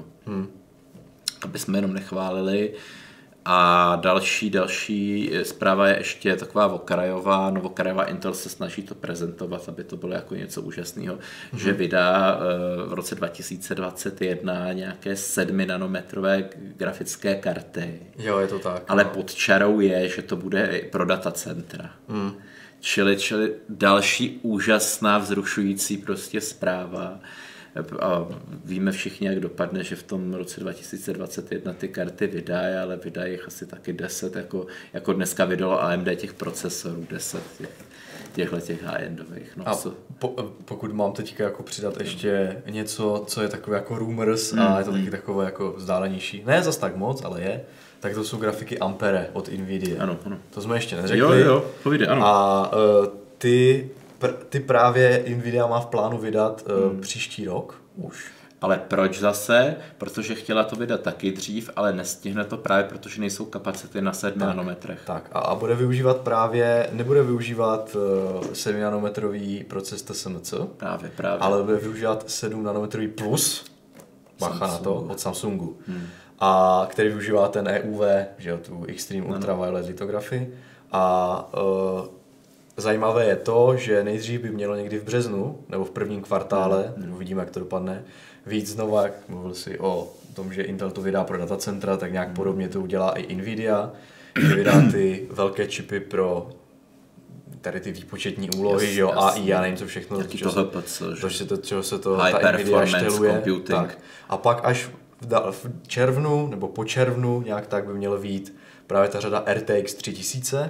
Speaker 2: Aby jsme jenom nechválili. A další zpráva je ještě taková okrajová. Okrajová Intel se snaží to prezentovat, aby to bylo jako něco úžasného, že vydá v roce 2021 nějaké 7 nanometrové grafické karty.
Speaker 1: Jo, je to tak.
Speaker 2: Ale pod čarou je, že to bude pro datacentra. Čili další úžasná, vzrušující prostě zpráva. A víme všichni, jak dopadne, že v tom roce 2021 ty karty vydají, ale vydají jich asi taky 10, jako dneska vydalo AMD těch procesorů, 10 těch high-endových. No,
Speaker 1: a pokud mám teďka jako přidat ještě něco, co je takové jako rumors a je to taky takové jako vzdálenější, ne zas tak moc, ale je, tak to jsou grafiky Ampere od Nvidia.
Speaker 2: Ano.
Speaker 1: To jsme ještě neřekli.
Speaker 2: Jo, povídej, ano.
Speaker 1: A ty právě Nvidia má v plánu vydat příští rok už.
Speaker 2: Ale proč zase? Protože chtěla to vydat taky dřív, ale nestihne to právě, protože nejsou kapacity na 7 nanometrech.
Speaker 1: Tak a nebude využívat 7 nanometrový proces TSMC,
Speaker 2: právě.
Speaker 1: Ale bude využívat 7 nanometrový plus, bacha na to, od Samsungu. A který využívá ten EUV, že jo, tu Extreme Ultraviolet lithography. A zajímavé je to, že nejdřív by mělo někdy v březnu, nebo v prvním kvartále, uvidíme, jak to dopadne, víc znova, jak mluvil si o tom, že Intel to vydá pro datacentra, tak nějak podobně to udělá i Nvidia, že vydá ty velké čipy pro tady ty výpočetní úlohy, že jo, AI a nevím co všechno, čeho se to ta Nvidia šteluje. Tak. A pak až v červnu, nebo po červnu, nějak tak by mělo vyjít právě ta řada RTX 3000,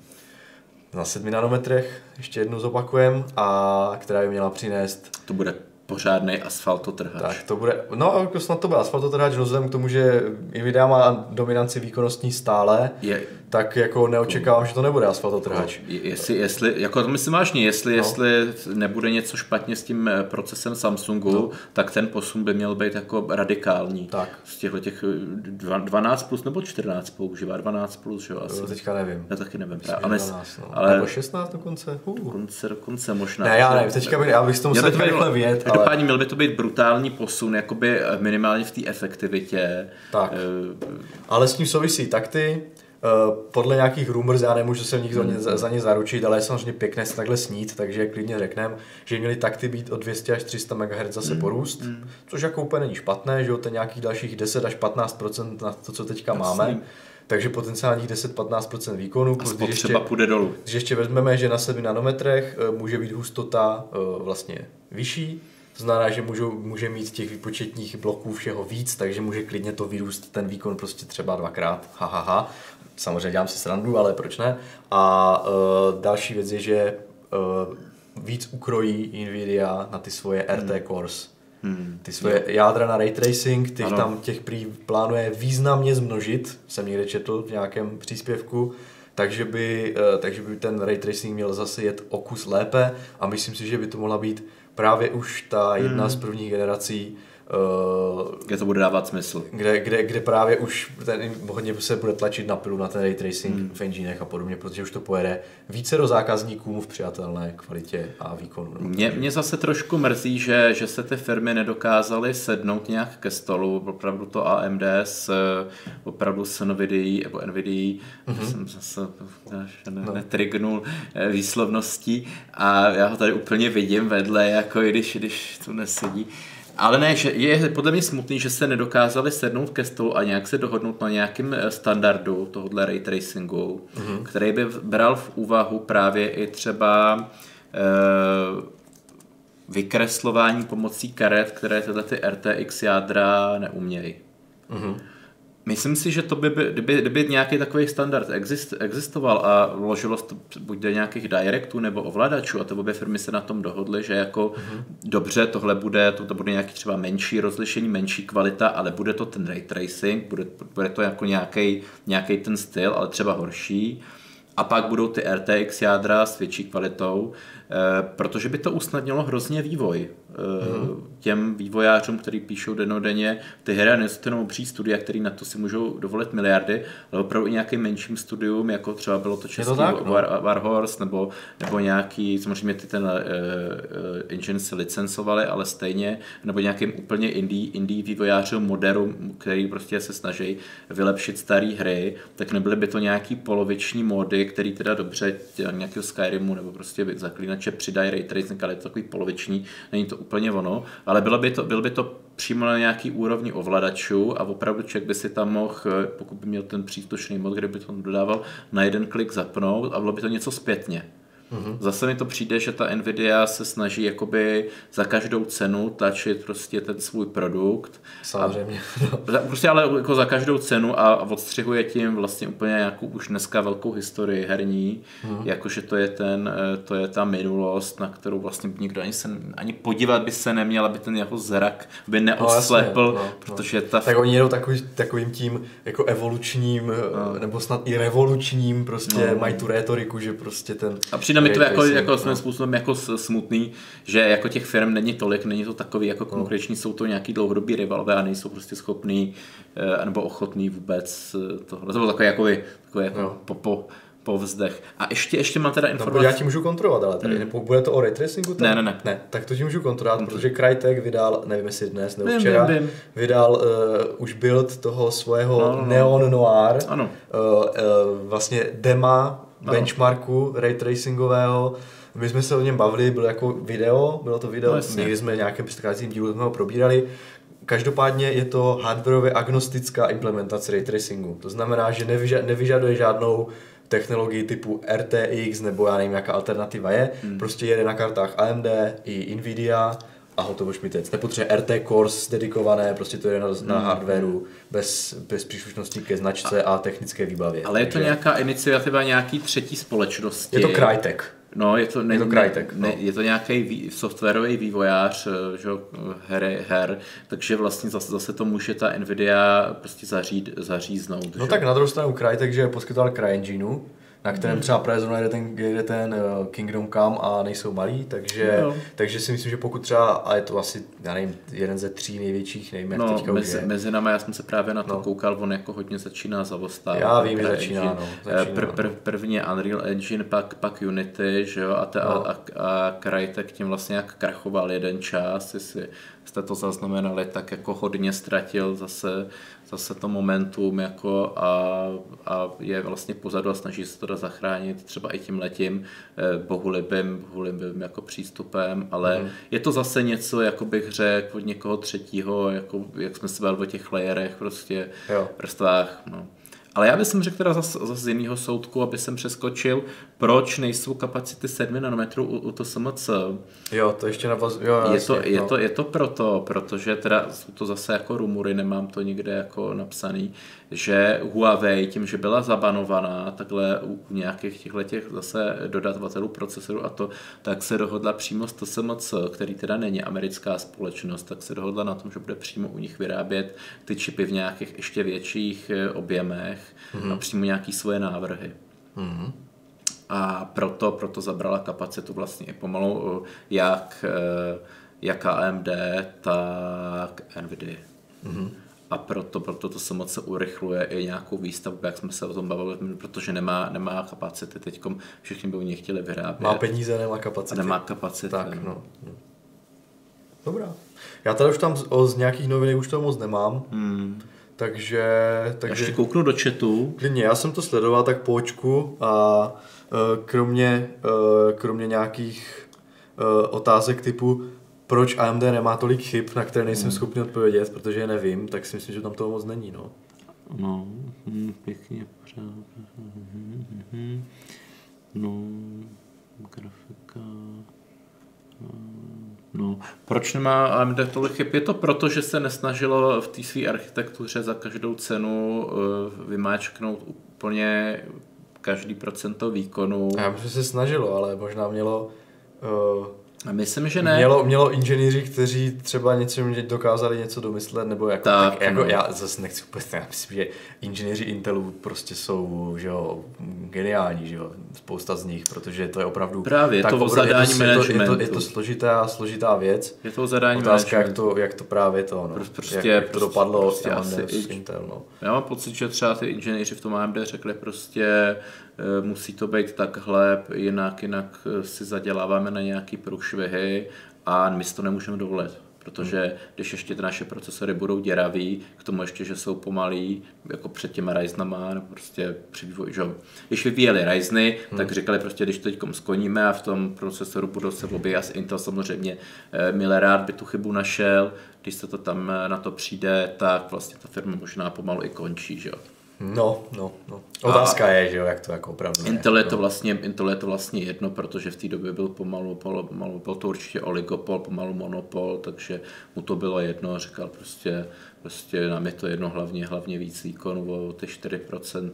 Speaker 1: na 7 nanometrech, ještě jednou zopakujem, a která by měla přinést...
Speaker 2: To bude pořádný asfaltotrhač.
Speaker 1: Tak to bude, no jako snad to bude asfaltotrhač, no vzhledem k tomu, že Nvidia má dominanci výkonnostní stále, tak jako neočekávám, že to nebude asfaltotrhač.
Speaker 2: Jestli jako to myslím vážně, jestli nebude něco špatně s tím procesem Samsungu, tak ten posun by měl být jako radikální. Tak. Z těch 12 plus nebo 14 používá, 12 plus, že jo, asi.
Speaker 1: Teďka nevím.
Speaker 2: Já taky nevím.
Speaker 1: Ale nebo 16 dokonce?
Speaker 2: Dokonce možná.
Speaker 1: Ne, já nevím, teďka já bych to musel rychle vědět.
Speaker 2: Každopádně měl by to být brutální posun, jakoby minimálně v té efektivitě.
Speaker 1: Tak. Ale s tím souvisí takty. Podle nějakých rumors, já nemůžu se nikdo za ně zaručit, ale je samozřejmě pěkné se takhle snít, takže klidně řekneme, že měly takty být od 200 až 300 MHz zase porůst, což jako úplně není špatné, že jo, to je nějakých dalších 10 až 15% na to, co teďka máme. Takže potenciálních 10-15% výkonu.
Speaker 2: A spotřeba půjde dolů.
Speaker 1: Když ještě vezmeme, že na 7 nanometrech může být hustota vlastně vyšší, to znamená, že může mít těch výpočetních bloků všeho víc, takže může klidně to vyrůst ten výkon prostě třeba 2x. Samozřejmě dělám si srandu, ale proč ne? A další věc je, že víc ukrojí Nvidia na ty svoje RT cores. Ty svoje jádra na ray tracing, těch prý plánuje významně zmnožit, jsem někde četl v nějakém příspěvku, takže by ten ray tracing měl zase jet o kus lépe a myslím si, že by to mohla být právě už ta jedna z prvních generací,
Speaker 2: kde to bude dávat smysl.
Speaker 1: Kde právě už hodně se bude tlačit na pilu na ten ray tracing v enginech a podobně, protože už to pojede více do zákazníků v přijatelné kvalitě a výkonu.
Speaker 2: Mě zase trošku mrzí, že se ty firmy nedokázaly sednout nějak ke stolu, opravdu to AMD opravdu s NVIDIí, jsem zase netrignul výslovností a já ho tady úplně vidím vedle, jako když tu nesedí. Ale ne, že je podle mě smutný, že se nedokázali sednout ke stolu a nějak se dohodnout na nějakém standardu tohohle ray tracingu, který by bral v úvahu právě i třeba vykreslování pomocí karet, které tyhle ty RTX jádra neumějí. Myslím si, že to kdyby nějaký takový standard existoval a vložilo to buď do nějakých directů nebo ovladačů a ty obě firmy se na tom dohodly, že jako dobře, tohle bude nějaký třeba menší rozlišení, menší kvalita, ale bude to ten ray tracing, bude to jako nějaký ten styl, ale třeba horší. A pak budou ty RTX jádra s větší kvalitou, protože by to usnadnilo hrozně vývoj. Těm vývojářům, kteří píšou dennodenně ty hry a nejsou obří studia, který na to si můžou dovolit miliardy, ale opravdu i nějakým menším studium, jako třeba bylo to český Warhorse, nebo nějaký, samozřejmě ty ten engine si licencovali, ale stejně, nebo nějakým úplně indie vývojářům Moderu, který prostě se snaží vylepšit staré hry, tak nebyly by to nějaký poloviční mody, který teda dobře nějakého Skyrimu nebo prostě zaklínače přidají ray tracing, ale je to takový poloviční, není to úplně ono, ale bylo by to přímo na nějaký úrovni ovladačů a opravdu člověk by si tam mohl, pokud by měl ten příslušný mod, kde by to dodával, na jeden klik zapnout a bylo by to něco zpětně. Zase mi to přijde, že ta Nvidia se snaží jakoby za každou cenu tlačit prostě ten svůj produkt.
Speaker 1: Samozřejmě.
Speaker 2: Prostě ale jako za každou cenu a odstřihuje tím vlastně úplně nějakou už dneska velkou historii herní, jakože to je ta minulost, na kterou vlastně nikdo ani podívat by se neměl, aby ten jeho zrak by neoslepl, protože ta...
Speaker 1: Tak oni jedou takovým tím jako evolučním, nebo snad i revolučním, prostě mají tu rétoriku, že prostě ten...
Speaker 2: A přijde mi to jako svým způsobem jako smutný, že jako těch firm není tolik, není to takový jako konkurenční, jsou to nějaký dlouhodobý rivalové a nejsou prostě schopný nebo ochotný vůbec tohle. To bylo takový jako povzdech. A ještě mám teda informace.
Speaker 1: Já ti můžu kontrolovat, ale tady bude to o ray tracingu?
Speaker 2: Ne.
Speaker 1: Tak to ti můžu kontrolovat, protože Crytek vydal, nevím jestli dnes nebo včera, vydal už build toho svého Neon Noir, vlastně dema benchmarku ray tracingového. My jsme se o něm bavili, bylo to video, někdy jsme nějakém předcházejícím dílu jsme ho probírali. Každopádně je to hardwarově agnostická implementace ray tracingu. To znamená, že nevyžaduje žádnou technologii typu RTX nebo já nevím, jaká alternativa je. Prostě jede na kartách AMD i Nvidia a hotovo šmitec. Nepotřebuje RT cores dedikované, prostě to jde na hardwareu bez příslušnosti ke značce a technické výbavě.
Speaker 2: Ale je to nějaká iniciativa nějaký třetí společnosti.
Speaker 1: Je to Crytek.
Speaker 2: No, je to
Speaker 1: Crytek.
Speaker 2: Je to nějaký softwarový vývojář her, takže vlastně zase to může ta Nvidia prostě zaříznout.
Speaker 1: No tak na druhou stranu Crytek, že poskytoval CryEngineu, na kterém třeba právě jde ten Kingdom Come a nejsou malí, takže si myslím, že pokud třeba, a je to asi, já nevím, jeden ze 3 největších, nevím, jak teďka už je.
Speaker 2: Mezi námi, já jsem se právě na to koukal, on jako hodně začíná zaostávat.
Speaker 1: Já vím, že začíná.
Speaker 2: První Unreal Engine, pak Unity, že jo, a Crytek tím vlastně jak krachoval jeden čas, jestli jste to zaznamenali, tak jako hodně ztratil zase to momentum jako a je vlastně pozadu a snaží se to zachránit třeba i tímhletím bohulibým jako přístupem, ale je to zase něco, jako bych řekl, od někoho třetího, jako jak jsme se bavili o těch layerech, prostě vrstvách, no. Ale já bych řekl teda zase z jiného soudku, aby jsem přeskočil, proč nejsou kapacity 7 nanometrů u TSMC.
Speaker 1: Jo, to ještě
Speaker 2: je to protože teda jsou to zase jako rumory, nemám to nikde jako napsaný, že Huawei tím, že byla zabanovaná takhle u nějakých těchhletěch zase dodavatelů procesorů a to, tak se dohodla přímo s TSMC, který teda není americká společnost, tak se dohodla na tom, že bude přímo u nich vyrábět ty čipy v nějakých ještě větších objemech a přímo nějaký svoje návrhy. A proto zabrala kapacitu vlastně i pomalu jak AMD, tak Nvidia. A proto to se moc urychluje i nějakou výstavbu, jak jsme se o tom bavili, protože nemá kapacity. Teďkom všichni by u něj chtěli vyrábět.
Speaker 1: Má peníze, nemá kapacity.
Speaker 2: Nemá kapacity.
Speaker 1: Tak, no. Dobrá. Já tady už tam z nějakých novinek už toho moc nemám. Takže...
Speaker 2: Ještě kouknu do chatu.
Speaker 1: Klidně, já jsem to sledoval tak po očku a kromě nějakých otázek typu proč AMD nemá tolik chyb, na které nejsem schopný odpovědět, protože je nevím, tak si myslím, že tam toho moc není, no.
Speaker 2: No, pěkně pořád. No, grafika... No, proč nemá AMD tolik chyb? Je to proto, že se nesnažilo v té své architektuře za každou cenu vymáčknout úplně každý procento výkonu.
Speaker 1: Já myslím, že se snažilo, ale možná mělo
Speaker 2: A myslím, že ne.
Speaker 1: Mělo inženýři, kteří třeba dokázali něco domyslet, nebo jako, tak jako já zase nechci úplně, já myslím, že inženýři Intelu prostě jsou, že jo, geniální, že jo, spousta z nich, protože to je opravdu...
Speaker 2: Právě, tak to o zadání managementu.
Speaker 1: Je to složitá věc.
Speaker 2: Je to o zadání
Speaker 1: otázka, jak to právě to, no. Jak to dopadlo prostě s Intel, no.
Speaker 2: Já mám pocit, že třeba ty inženýři v tom AMD řekli prostě, musí to být takhle, jinak si zaděláváme na nějaký průšvihy a my si to nemůžeme dovolit. Protože když ještě ty naše procesory budou děraví, k tomu ještě, že jsou pomalý, jako před těma Ryzenama, nebo prostě při vývoji, že když vyvíjeli Ryzeny, tak říkali prostě, když to teďkom skoníme a v tom procesoru budou se objeví, Intel samozřejmě milerád by tu chybu našel, když se to tam na to přijde, tak vlastně ta firma možná pomalu i končí, že jo.
Speaker 1: No. Otázka je, že jo, jak to jako opravdu
Speaker 2: Intel je to vlastně jedno, protože v té době byl pomalu byl to určitě oligopol, pomalu monopol, takže mu to bylo jedno, říkal prostě nám je to jedno hlavně víc výkonu o ty 4%,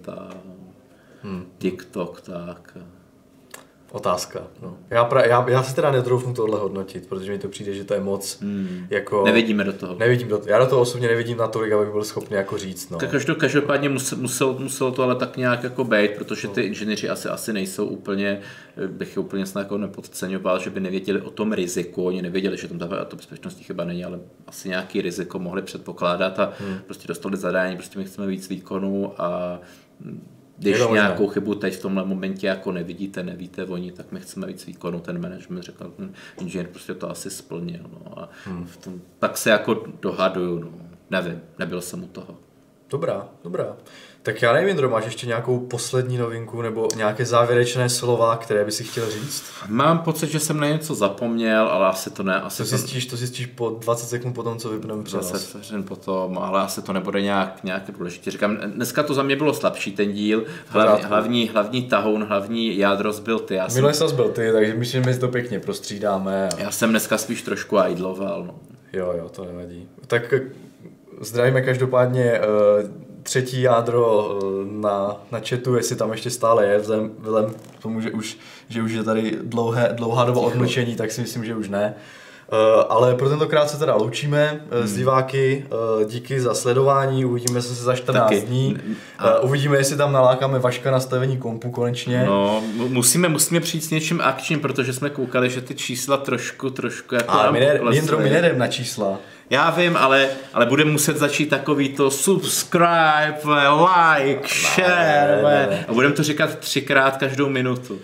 Speaker 2: TikTok, tak...
Speaker 1: Otázka. No. Já se teda netroufnu tohle hodnotit, protože mi to přijde, že to je moc jako...
Speaker 2: Nevidíme do toho.
Speaker 1: Já do toho osobně nevidím natolik, abych byl schopný jako říct. No.
Speaker 2: Každopádně muselo to ale tak nějak jako být, protože ty inženýři asi nejsou úplně, bych je úplně snad jako nepodceňoval, že by nevěděli o tom riziku. Oni nevěděli, že tam ta bezpečnostní chyba není, ale asi nějaký riziko mohli předpokládat a prostě dostali zadání, prostě my chceme víc výkonů a když nějakou chybu teď v tomhle momentě jako nevíte oni, tak my chceme víc výkonu, ten management řekl, ten inženýr prostě to asi splnil, no a tak se jako dohaduju, no, nevím, nebyl jsem u toho.
Speaker 1: Dobrá. Tak já nevím, Indro, máš ještě nějakou poslední novinku nebo nějaké závěrečné slova, které by si chtěl říct?
Speaker 2: Mám pocit, že jsem na něco zapomněl, ale asi to ne.
Speaker 1: To zjistíš po 20 sekund potom, co vypneme přenos.
Speaker 2: 20 vteřin potom, ale asi to nebude nějak důležitě. Říkám, dneska to za mě bylo slabší ten díl. Hlavní tahoun, hlavní jádro zbyl ty.
Speaker 1: Minule jsi zbyl ty, takže myslím, že my to pěkně prostřídáme.
Speaker 2: Já jsem dneska spíš trošku idloval. No.
Speaker 1: Jo, to nevadí. Tak zdravíme každopádně třetí jádro na chatu, jestli tam ještě stále je, vzhledem k tomu, že už je tady dlouhá doba odmlčení, tak si myslím, že už ne. Ale pro tentokrát se teda loučíme s diváky, díky za sledování, uvidíme se za 14 dní, uvidíme, jestli tam nalákáme Vaška na stavení kompu konečně.
Speaker 2: No, musíme přijít s něčím akčním, protože jsme koukali, že ty čísla trošku jako...
Speaker 1: Ale my nejdeme na čísla.
Speaker 2: Já vím, ale budeme muset začít takový to subscribe, like, share a budeme to říkat 3krát každou minutu.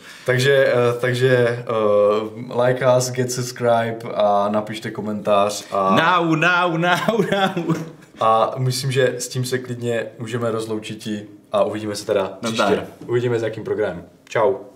Speaker 1: Takže like us, get subscribe a napište komentář.
Speaker 2: Now.
Speaker 1: A myslím, že s tím se klidně můžeme rozloučit a uvidíme se teda příště. Uvidíme s jakým programem. Čau.